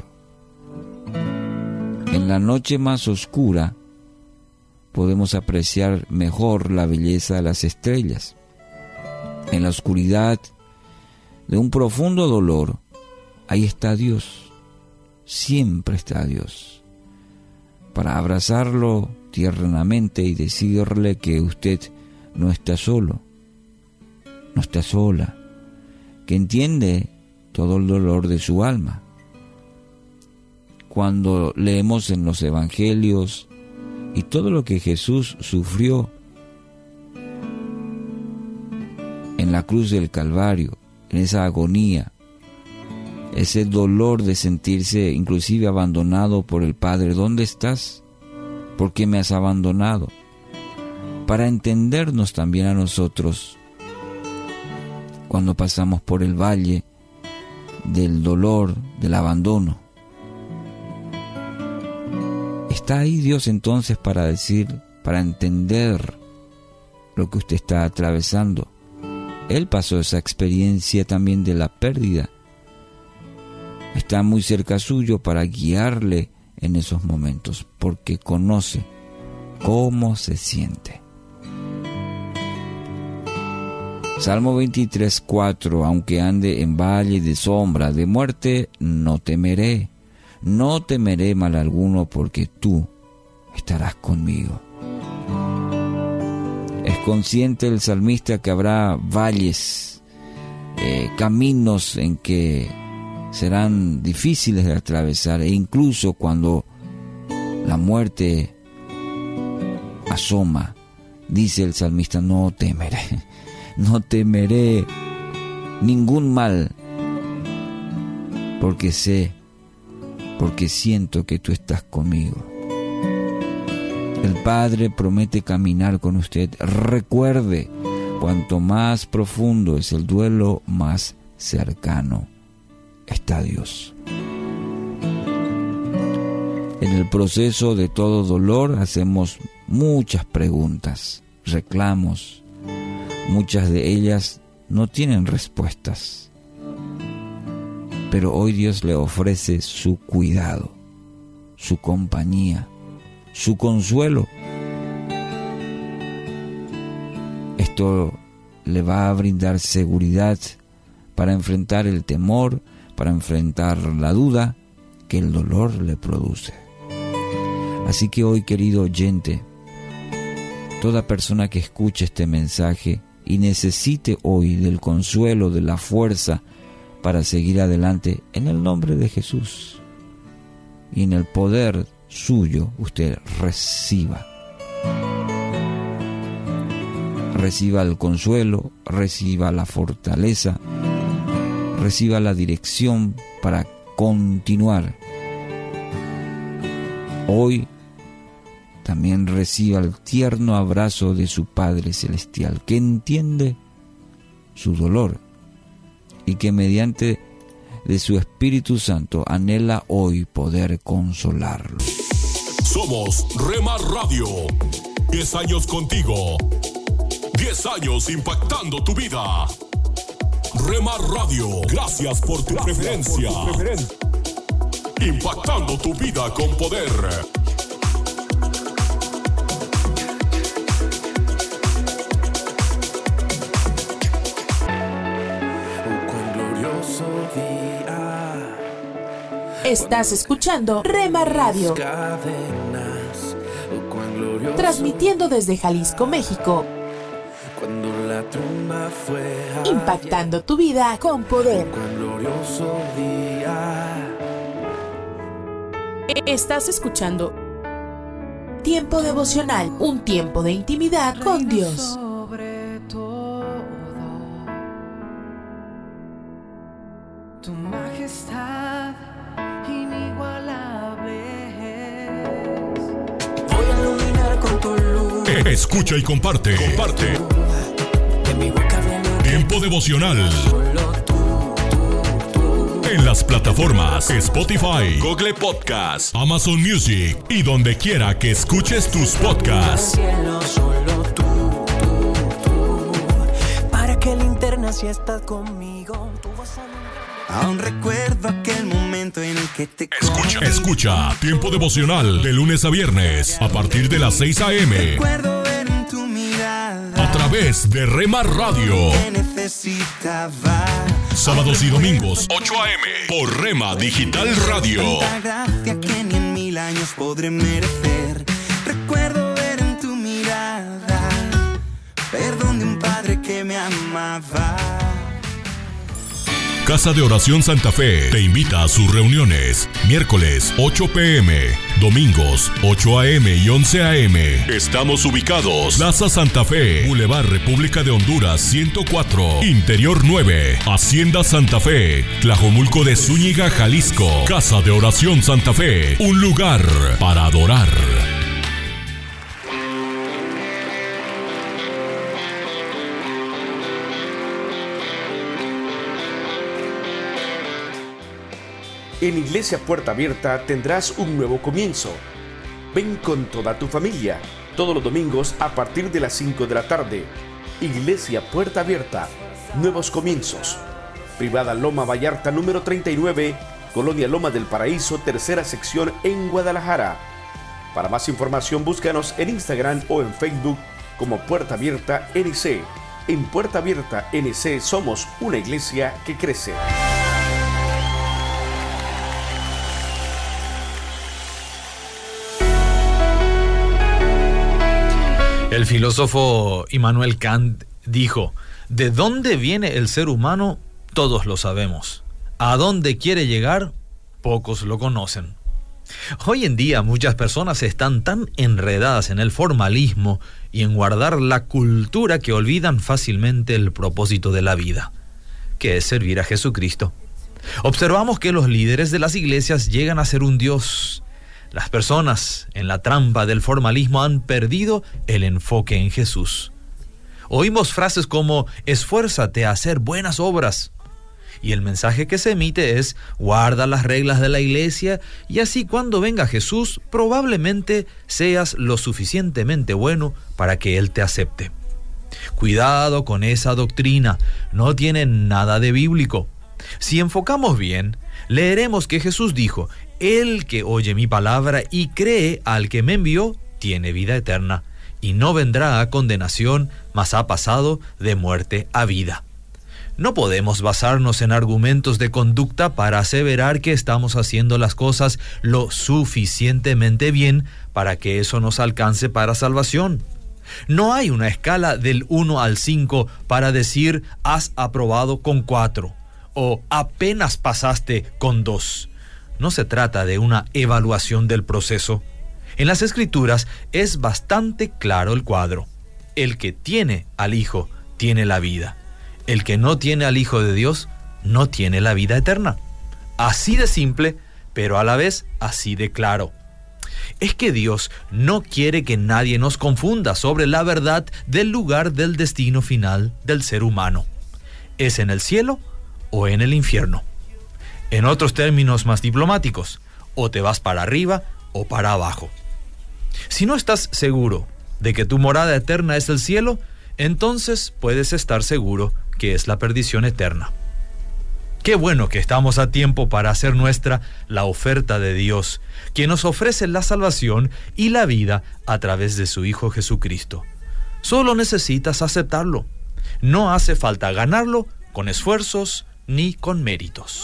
En la noche más oscura podemos apreciar mejor la belleza de las estrellas. En la oscuridad de un profundo dolor, ahí está Dios. Siempre está Dios. Para abrazarlo tiernamente y decirle que usted no está solo, no está sola, que entiende todo el dolor de su alma. Cuando leemos en los evangelios y todo lo que Jesús sufrió en la cruz del Calvario, en esa agonía, ese dolor de sentirse inclusive abandonado por el Padre. ¿Dónde estás? ¿Por qué me has abandonado? Para entendernos también a nosotros cuando pasamos por el valle del dolor, del abandono. Está ahí Dios entonces para decir, para entender lo que usted está atravesando. Él pasó esa experiencia también de la pérdida está muy cerca suyo para guiarle en esos momentos, porque conoce cómo se siente. Salmo 23, 4. Aunque ande en valle de sombra de muerte, no temeré mal alguno, porque tú estarás conmigo. Es consciente el salmista que habrá valles, caminos en que serán difíciles de atravesar, e incluso cuando la muerte asoma, dice el salmista: no temeré ningún mal, porque siento que tú estás conmigo. El Padre promete caminar con usted. Recuerde, cuanto más profundo es el duelo, más cercano está Dios. En el proceso de todo dolor hacemos muchas preguntas, reclamos. Muchas de ellas no tienen respuestas. Pero hoy Dios le ofrece su cuidado, su compañía, su consuelo. Esto le va a brindar seguridad para enfrentar el temor, para enfrentar la duda que el dolor le produce. Así que hoy, querido oyente, toda persona que escuche este mensaje y necesite hoy del consuelo, de la fuerza para seguir adelante, en el nombre de Jesús y en el poder suyo, usted reciba el consuelo, reciba la fortaleza, reciba la dirección para continuar. Hoy también reciba el tierno abrazo de su Padre Celestial, que entiende su dolor y que mediante de su Espíritu Santo anhela hoy poder consolarlo. Somos Rhema Radio. 10 años contigo. 10 años impactando tu vida. Rhema Radio, gracias por tu preferencia. Impactando tu vida con poder. Estás escuchando Rhema Radio, transmitiendo desde Jalisco, México, impactando tu vida con poder. Estás escuchando Tiempo Devocional, un tiempo de intimidad con Dios. Tu majestad inigualable es. Voy a iluminar con tu luz. Escucha y comparte. Tiempo Devocional. En las plataformas Spotify, Google Podcasts, Amazon Music y donde quiera que escuches tus podcasts. Para que linterna si estás conmigo. Aún recuerdo aquel momento en el que te Escucha Tiempo Devocional de lunes a viernes a partir de las 6 a.m. Recuerdo ver en tu mirada a través de Rhema Radio. que necesitaba. Sábados y domingos 8 a.m. por Rhema Digital Radio. Tanta gracia que ni en 1000 años podré merecer. Recuerdo ver en tu mirada perdón de un padre que me amaba. Casa de Oración Santa Fe te invita a sus reuniones. Miércoles 8 p.m. Domingos 8 a.m. y 11 a.m. Estamos ubicados Plaza Santa Fe, Boulevard República de Honduras 104, Interior 9, Hacienda Santa Fe, Tlajomulco de Zúñiga, Jalisco. Casa de Oración Santa Fe, un lugar para adorar. En Iglesia Puerta Abierta tendrás un nuevo comienzo. Ven con toda tu familia, todos los domingos a partir de las 5 de la tarde. Iglesia Puerta Abierta, nuevos comienzos. Privada Loma Vallarta número 39, Colonia Loma del Paraíso, tercera sección en Guadalajara. Para más información, búscanos en Instagram o en Facebook como Puerta Abierta NC. En Puerta Abierta NC somos una iglesia que crece. El filósofo Immanuel Kant dijo: ¿de dónde viene el ser humano? Todos lo sabemos. ¿A dónde quiere llegar? Pocos lo conocen. Hoy en día muchas personas están tan enredadas en el formalismo y en guardar la cultura que olvidan fácilmente el propósito de la vida, que es servir a Jesucristo. Observamos que los líderes de las iglesias llegan a ser un Dios. Las personas en la trampa del formalismo han perdido el enfoque en Jesús. Oímos frases como esfuérzate a hacer buenas obras. Y el mensaje que se emite es guarda las reglas de la iglesia y así cuando venga Jesús probablemente seas lo suficientemente bueno para que Él te acepte. Cuidado con esa doctrina, no tiene nada de bíblico. Si enfocamos bien, leeremos que Jesús dijo: el que oye mi palabra y cree al que me envió, tiene vida eterna, y no vendrá a condenación, mas ha pasado de muerte a vida. No podemos basarnos en argumentos de conducta para aseverar que estamos haciendo las cosas lo suficientemente bien para que eso nos alcance para salvación. No hay una escala del 1 al 5 para decir has aprobado con 4 o apenas pasaste con 2. No se trata de una evaluación del proceso. En las Escrituras es bastante claro el cuadro. El que tiene al Hijo tiene la vida. El que no tiene al Hijo de Dios no tiene la vida eterna. Así de simple, pero a la vez así de claro. Es que Dios no quiere que nadie nos confunda sobre la verdad del lugar del destino final del ser humano. ¿Es en el cielo o en el infierno? En otros términos más diplomáticos, o te vas para arriba o para abajo. Si no estás seguro de que tu morada eterna es el cielo, entonces puedes estar seguro que es la perdición eterna. Qué bueno que estamos a tiempo para hacer nuestra la oferta de Dios, quien nos ofrece la salvación y la vida a través de su Hijo Jesucristo. Solo necesitas aceptarlo. No hace falta ganarlo con esfuerzos ni con méritos.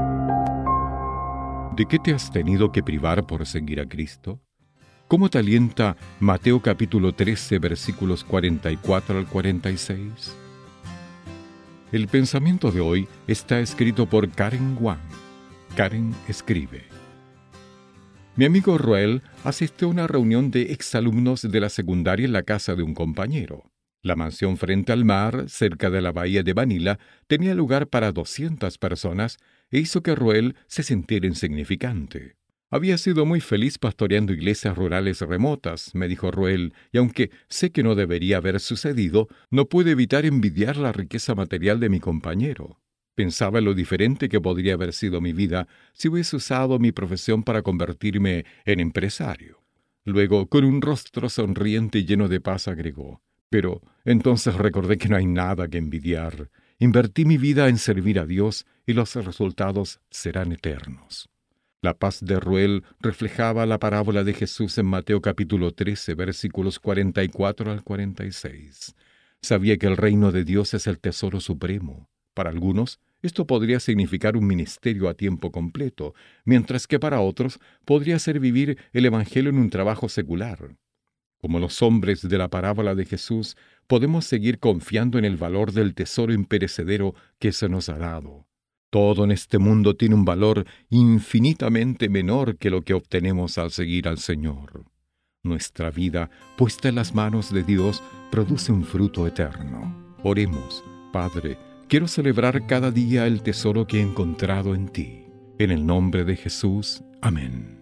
¿De qué te has tenido que privar por seguir a Cristo? ¿Cómo te alienta Mateo capítulo 13, versículos 44 al 46? El pensamiento de hoy está escrito por Karen Wang. Karen escribe: mi amigo Roel asistió a una reunión de exalumnos de la secundaria en la casa de un compañero. La mansión frente al mar, cerca de la bahía de Manila, tenía lugar para 200 personas e hizo que Roel se sintiera insignificante. Había sido muy feliz pastoreando iglesias rurales remotas, me dijo Roel, y aunque sé que no debería haber sucedido, no pude evitar envidiar la riqueza material de mi compañero. Pensaba en lo diferente que podría haber sido mi vida si hubiese usado mi profesión para convertirme en empresario. Luego, con un rostro sonriente y lleno de paz, agregó: pero entonces recordé que no hay nada que envidiar. Invertí mi vida en servir a Dios y los resultados serán eternos. La paz de Roel reflejaba la parábola de Jesús en Mateo capítulo 13, versículos 44 al 46. Sabía que el reino de Dios es el tesoro supremo. Para algunos, esto podría significar un ministerio a tiempo completo, mientras que para otros podría ser vivir el evangelio en un trabajo secular. Como los hombres de la parábola de Jesús, podemos seguir confiando en el valor del tesoro imperecedero que se nos ha dado. Todo en este mundo tiene un valor infinitamente menor que lo que obtenemos al seguir al Señor. Nuestra vida, puesta en las manos de Dios, produce un fruto eterno. Oremos: Padre, quiero celebrar cada día el tesoro que he encontrado en ti. En el nombre de Jesús. Amén.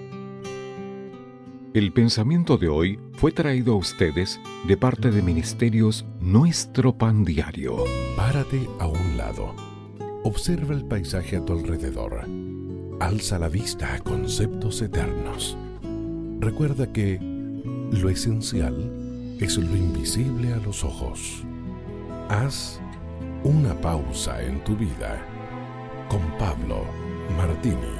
El pensamiento de hoy fue traído a ustedes de parte de Ministerios Nuestro Pan Diario. Párate a un lado. Observa el paisaje a tu alrededor. Alza la vista a conceptos eternos. Recuerda que lo esencial es lo invisible a los ojos. Haz una pausa en tu vida con Pablo Martini.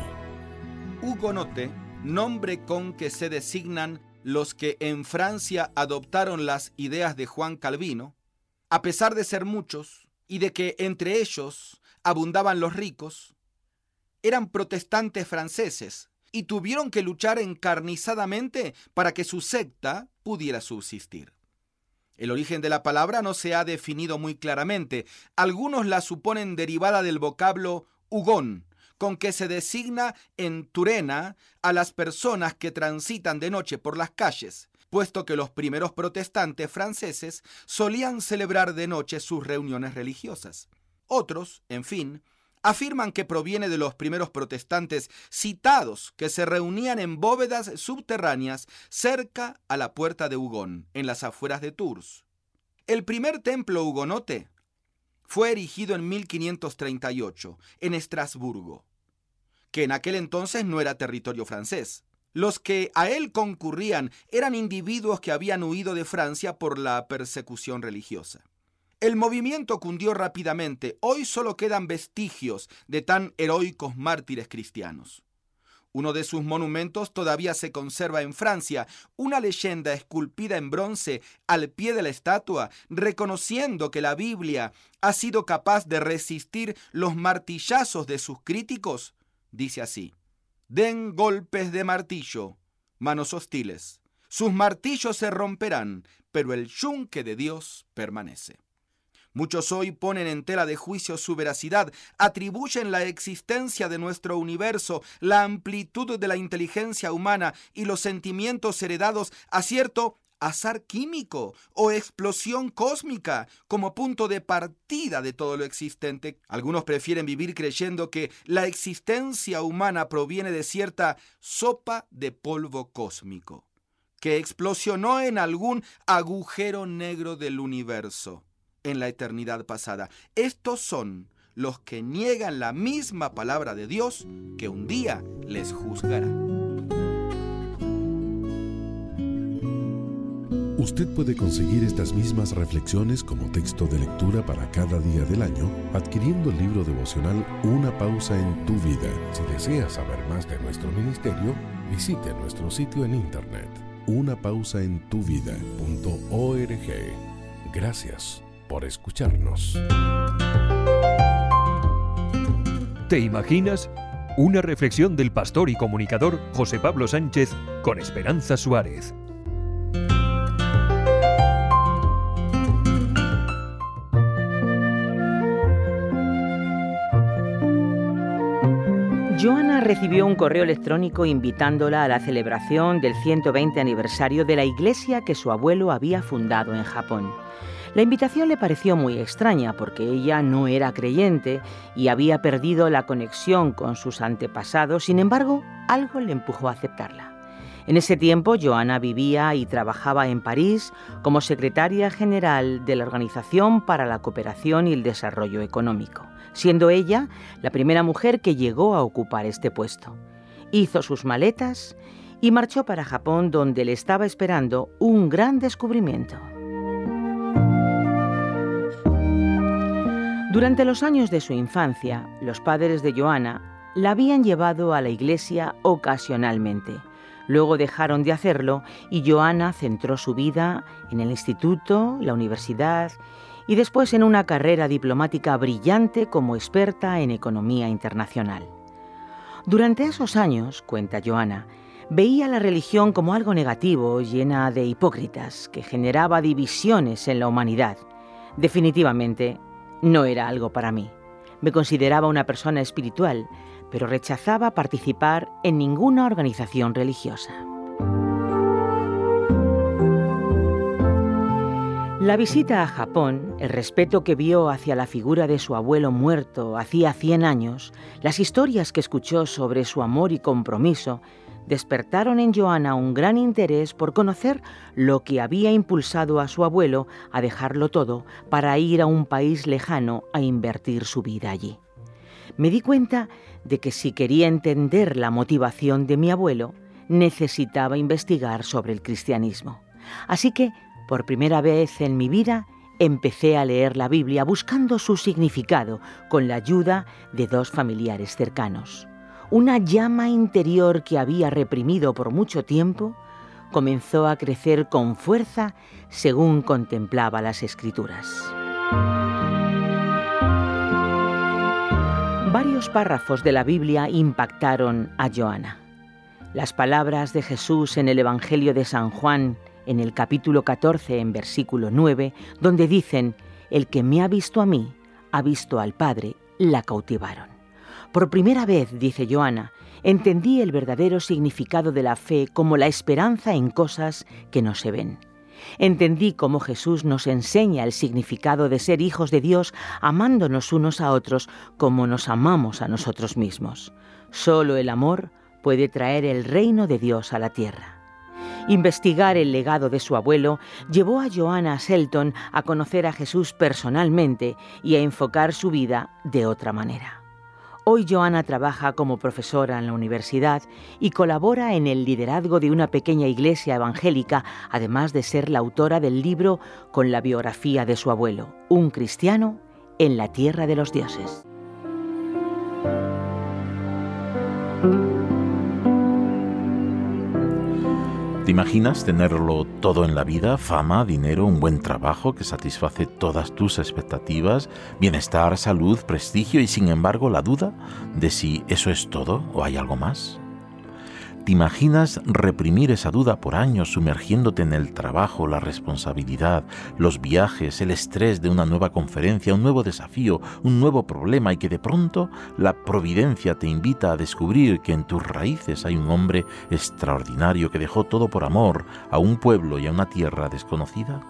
Hugonote, nombre con que se designan los que en Francia adoptaron las ideas de Juan Calvino, a pesar de ser muchos y de que entre ellos abundaban los ricos, eran protestantes franceses y tuvieron que luchar encarnizadamente para que su secta pudiera subsistir. El origen de la palabra no se ha definido muy claramente. Algunos la suponen derivada del vocablo hugón, con que se designa en Turena a las personas que transitan de noche por las calles, puesto que los primeros protestantes franceses solían celebrar de noche sus reuniones religiosas. Otros, en fin, afirman que proviene de los primeros protestantes citados que se reunían en bóvedas subterráneas cerca a la puerta de Hugón, en las afueras de Tours. El primer templo hugonote fue erigido en 1538 en Estrasburgo, que en aquel entonces no era territorio francés. Los que a él concurrían eran individuos que habían huido de Francia por la persecución religiosa. El movimiento cundió rápidamente. Hoy solo quedan vestigios de tan heroicos mártires cristianos. Uno de sus monumentos todavía se conserva en Francia, una leyenda esculpida en bronce al pie de la estatua, reconociendo que la Biblia ha sido capaz de resistir los martillazos de sus críticos. Dice así: den golpes de martillo, manos hostiles. Sus martillos se romperán, pero el yunque de Dios permanece. Muchos hoy ponen en tela de juicio su veracidad, atribuyen la existencia de nuestro universo, la amplitud de la inteligencia humana y los sentimientos heredados a cierto azar químico o explosión cósmica como punto de partida de todo lo existente. Algunos prefieren vivir creyendo que la existencia humana proviene de cierta sopa de polvo cósmico, que explosionó en algún agujero negro del universo en la eternidad pasada. Estos son los que niegan la misma palabra de Dios que un día les juzgará. Usted puede conseguir estas mismas reflexiones como texto de lectura para cada día del año adquiriendo el libro devocional Una pausa en tu vida. Si desea saber más de nuestro ministerio, visite nuestro sitio en internet unapausaentuvida.org. Gracias por escucharnos. ¿Te imaginas? Una reflexión del pastor y comunicador José Pablo Sánchez con Esperanza Suárez. Joana recibió un correo electrónico invitándola a la celebración del 120 aniversario de la iglesia que su abuelo había fundado en Japón. La invitación le pareció muy extraña porque ella no era creyente y había perdido la conexión con sus antepasados. Sin embargo, algo le empujó a aceptarla. En ese tiempo, Joana vivía y trabajaba en París como secretaria general de la Organización para la Cooperación y el Desarrollo Económico, siendo ella la primera mujer que llegó a ocupar este puesto. Hizo sus maletas y marchó para Japón, donde le estaba esperando un gran descubrimiento. Durante los años de su infancia, los padres de Joana la habían llevado a la iglesia ocasionalmente. Luego dejaron de hacerlo y Joana centró su vida en el instituto, la universidad y después en una carrera diplomática brillante como experta en economía internacional. Durante esos años, cuenta Joana, veía la religión como algo negativo, llena de hipócritas, que generaba divisiones en la humanidad. Definitivamente, no era algo para mí. Me consideraba una persona espiritual, pero rechazaba participar en ninguna organización religiosa. La visita a Japón, el respeto que vio hacia la figura de su abuelo muerto hacía 100 años, las historias que escuchó sobre su amor y compromiso, despertaron en Joana un gran interés por conocer lo que había impulsado a su abuelo a dejarlo todo para ir a un país lejano a invertir su vida allí. Me di cuenta de que si quería entender la motivación de mi abuelo, necesitaba investigar sobre el cristianismo. Así que, por primera vez en mi vida, empecé a leer la Biblia buscando su significado con la ayuda de 2 familiares cercanos. Una llama interior que había reprimido por mucho tiempo comenzó a crecer con fuerza según contemplaba las Escrituras. Varios párrafos de la Biblia impactaron a Joana. Las palabras de Jesús en el Evangelio de San Juan, en el capítulo 14, en versículo 9, donde dicen: «El que me ha visto a mí, ha visto al Padre», la cautivaron. Por primera vez, dice Joana, entendí el verdadero significado de la fe como la esperanza en cosas que no se ven. Entendí cómo Jesús nos enseña el significado de ser hijos de Dios, amándonos unos a otros como nos amamos a nosotros mismos. Solo el amor puede traer el reino de Dios a la tierra. Investigar el legado de su abuelo llevó a Joana Shelton a conocer a Jesús personalmente y a enfocar su vida de otra manera. Hoy Joana trabaja como profesora en la universidad y colabora en el liderazgo de una pequeña iglesia evangélica, además de ser la autora del libro con la biografía de su abuelo, Un cristiano en la tierra de los dioses. ¿Te imaginas tenerlo todo en la vida? Fama, dinero, un buen trabajo que satisface todas tus expectativas, bienestar, salud, prestigio y sin embargo la duda de si eso es todo o hay algo más. ¿Te imaginas reprimir esa duda por años sumergiéndote en el trabajo, la responsabilidad, los viajes, el estrés de una nueva conferencia, un nuevo desafío, un nuevo problema y que de pronto la providencia te invita a descubrir que en tus raíces hay un hombre extraordinario que dejó todo por amor a un pueblo y a una tierra desconocida?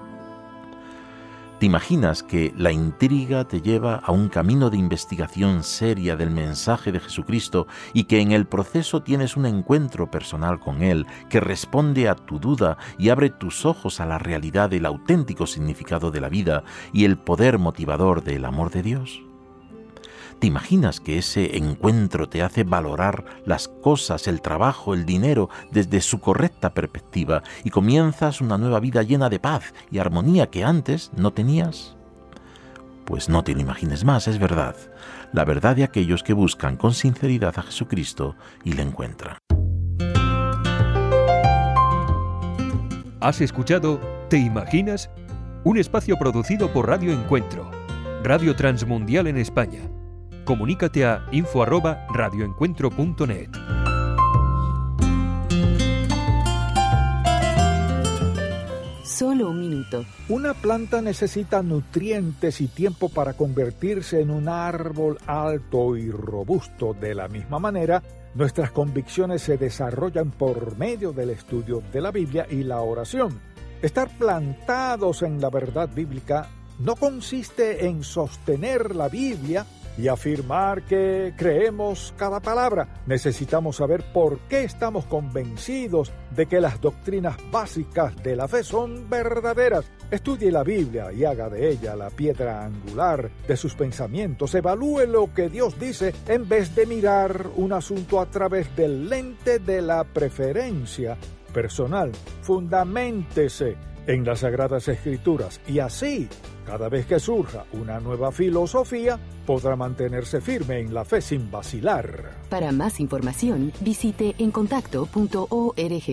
¿Te imaginas que la intriga te lleva a un camino de investigación seria del mensaje de Jesucristo y que en el proceso tienes un encuentro personal con Él que responde a tu duda y abre tus ojos a la realidad del auténtico significado de la vida y el poder motivador del amor de Dios? ¿Te imaginas que ese encuentro te hace valorar las cosas, el trabajo, el dinero desde su correcta perspectiva y comienzas una nueva vida llena de paz y armonía que antes no tenías? Pues no te lo imagines más, es verdad. La verdad de aquellos que buscan con sinceridad a Jesucristo y le encuentran. ¿Has escuchado ¿Te imaginas? Un espacio producido por Radio Encuentro, Radio Transmundial en España. Comunícate a info@radioencuentro.net. Solo un minuto. Una planta necesita nutrientes y tiempo para convertirse en un árbol alto y robusto. De la misma manera, nuestras convicciones se desarrollan por medio del estudio de la Biblia y la oración. Estar plantados en la verdad bíblica no consiste en sostener la Biblia y afirmar que creemos cada palabra. Necesitamos saber por qué estamos convencidos de que las doctrinas básicas de la fe son verdaderas. Estudie la Biblia y haga de ella la piedra angular de sus pensamientos. Evalúe lo que Dios dice en vez de mirar un asunto a través del lente de la preferencia personal. Fundaméntese en las Sagradas Escrituras y así, cada vez que surja una nueva filosofía, podrá mantenerse firme en la fe sin vacilar. Para más información, visite encontacto.org.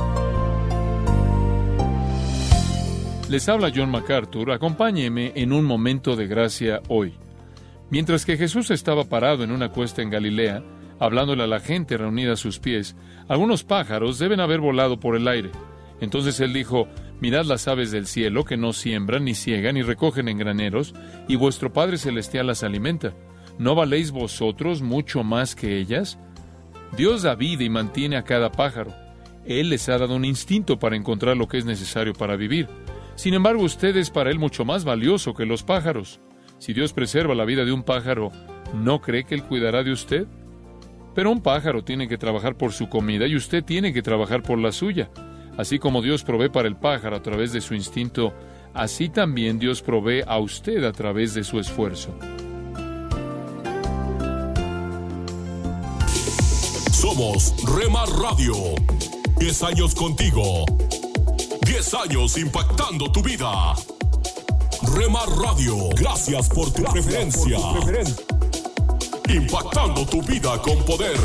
Les habla John MacArthur. Acompáñeme en un momento de gracia hoy. Mientras que Jesús estaba parado en una cuesta en Galilea, hablándole a la gente reunida a sus pies, algunos pájaros deben haber volado por el aire. Entonces él dijo: «Mirad las aves del cielo, que no siembran, ni ciegan, ni recogen en graneros, y vuestro Padre Celestial las alimenta. ¿No valéis vosotros mucho más que ellas? Dios da vida y mantiene a cada pájaro. Él les ha dado un instinto para encontrar lo que es necesario para vivir. Sin embargo, usted es para Él mucho más valioso que los pájaros. Si Dios preserva la vida de un pájaro, ¿no cree que Él cuidará de usted? Pero un pájaro tiene que trabajar por su comida y usted tiene que trabajar por la suya. Así como Dios provee para el pájaro a través de su instinto, así también Dios provee a usted a través de su esfuerzo». Somos Rema Radio. 10 años contigo. 10 años impactando tu vida. Rema Radio. Gracias por tu preferencia. impactando tu vida con poder.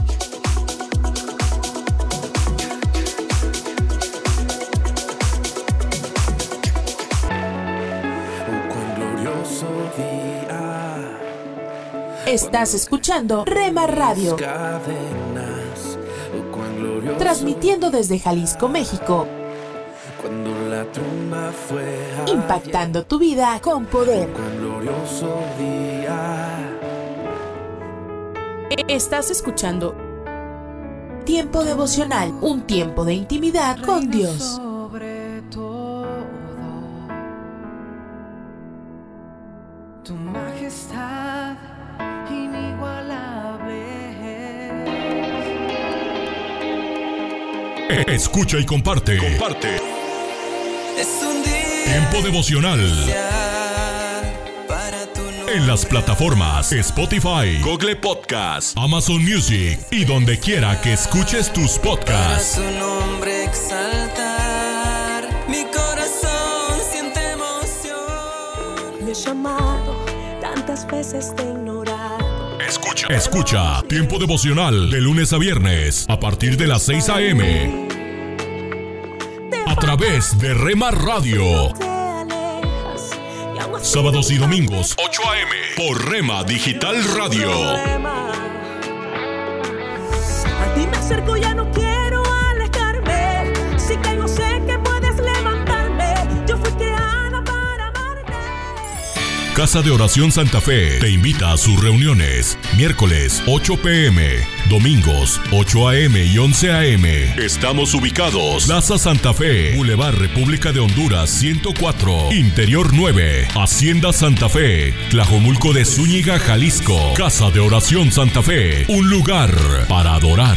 Estás escuchando Rema Radio, transmitiendo desde Jalisco, México, impactando tu vida con poder. Estás escuchando Tiempo Devocional, un tiempo de intimidad con Dios. Tu majestad inigualable. Escucha y comparte. Es un día Tiempo Devocional. En las plataformas Spotify, Google Podcast, Amazon Music y donde quiera que escuches tus podcasts. Para su nombre exaltar, mi corazón siente emoción. Me he llamado tantas veces de ignorar. Escucha Tiempo Devocional de lunes a viernes a partir de las 6 a.m. a través de Rema Radio. Sábados y domingos 8 a.m. por Rema Digital Radio. A ti me acerco, ya no quiero alejarme. Si caigo sé que puedes levantarme. Yo fui creada para amarte. Casa de Oración Santa Fe te invita a sus reuniones. Miércoles 8 p.m. Domingos 8 a.m. y 11 a.m. Estamos ubicados Plaza Santa Fe, Boulevard República de Honduras 104, Interior 9, Hacienda Santa Fe, Tlajomulco de Zúñiga, Jalisco. Casa de Oración Santa Fe, un lugar para adorar.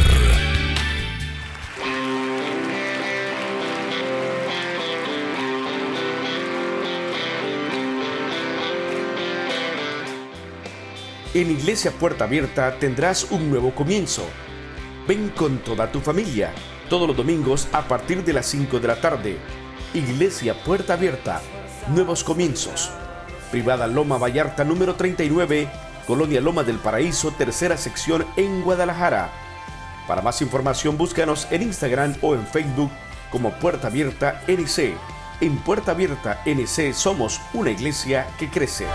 En Iglesia Puerta Abierta tendrás un nuevo comienzo. Ven con toda tu familia, todos los domingos a partir de las 5 de la tarde. Iglesia Puerta Abierta, nuevos comienzos. Privada Loma Vallarta número 39, Colonia Loma del Paraíso, tercera sección en Guadalajara. Para más información búscanos en Instagram o en Facebook como Puerta Abierta NC. En Puerta Abierta NC somos una iglesia que crece.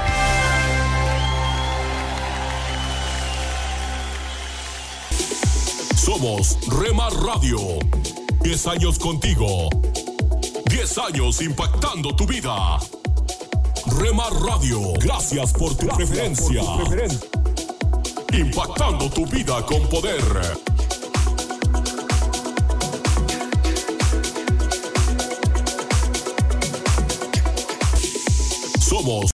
Somos Rema Radio. 10 años contigo. 10 años impactando tu vida. Rema Radio. Gracias por tu preferencia. Impactando tu vida con poder. Somos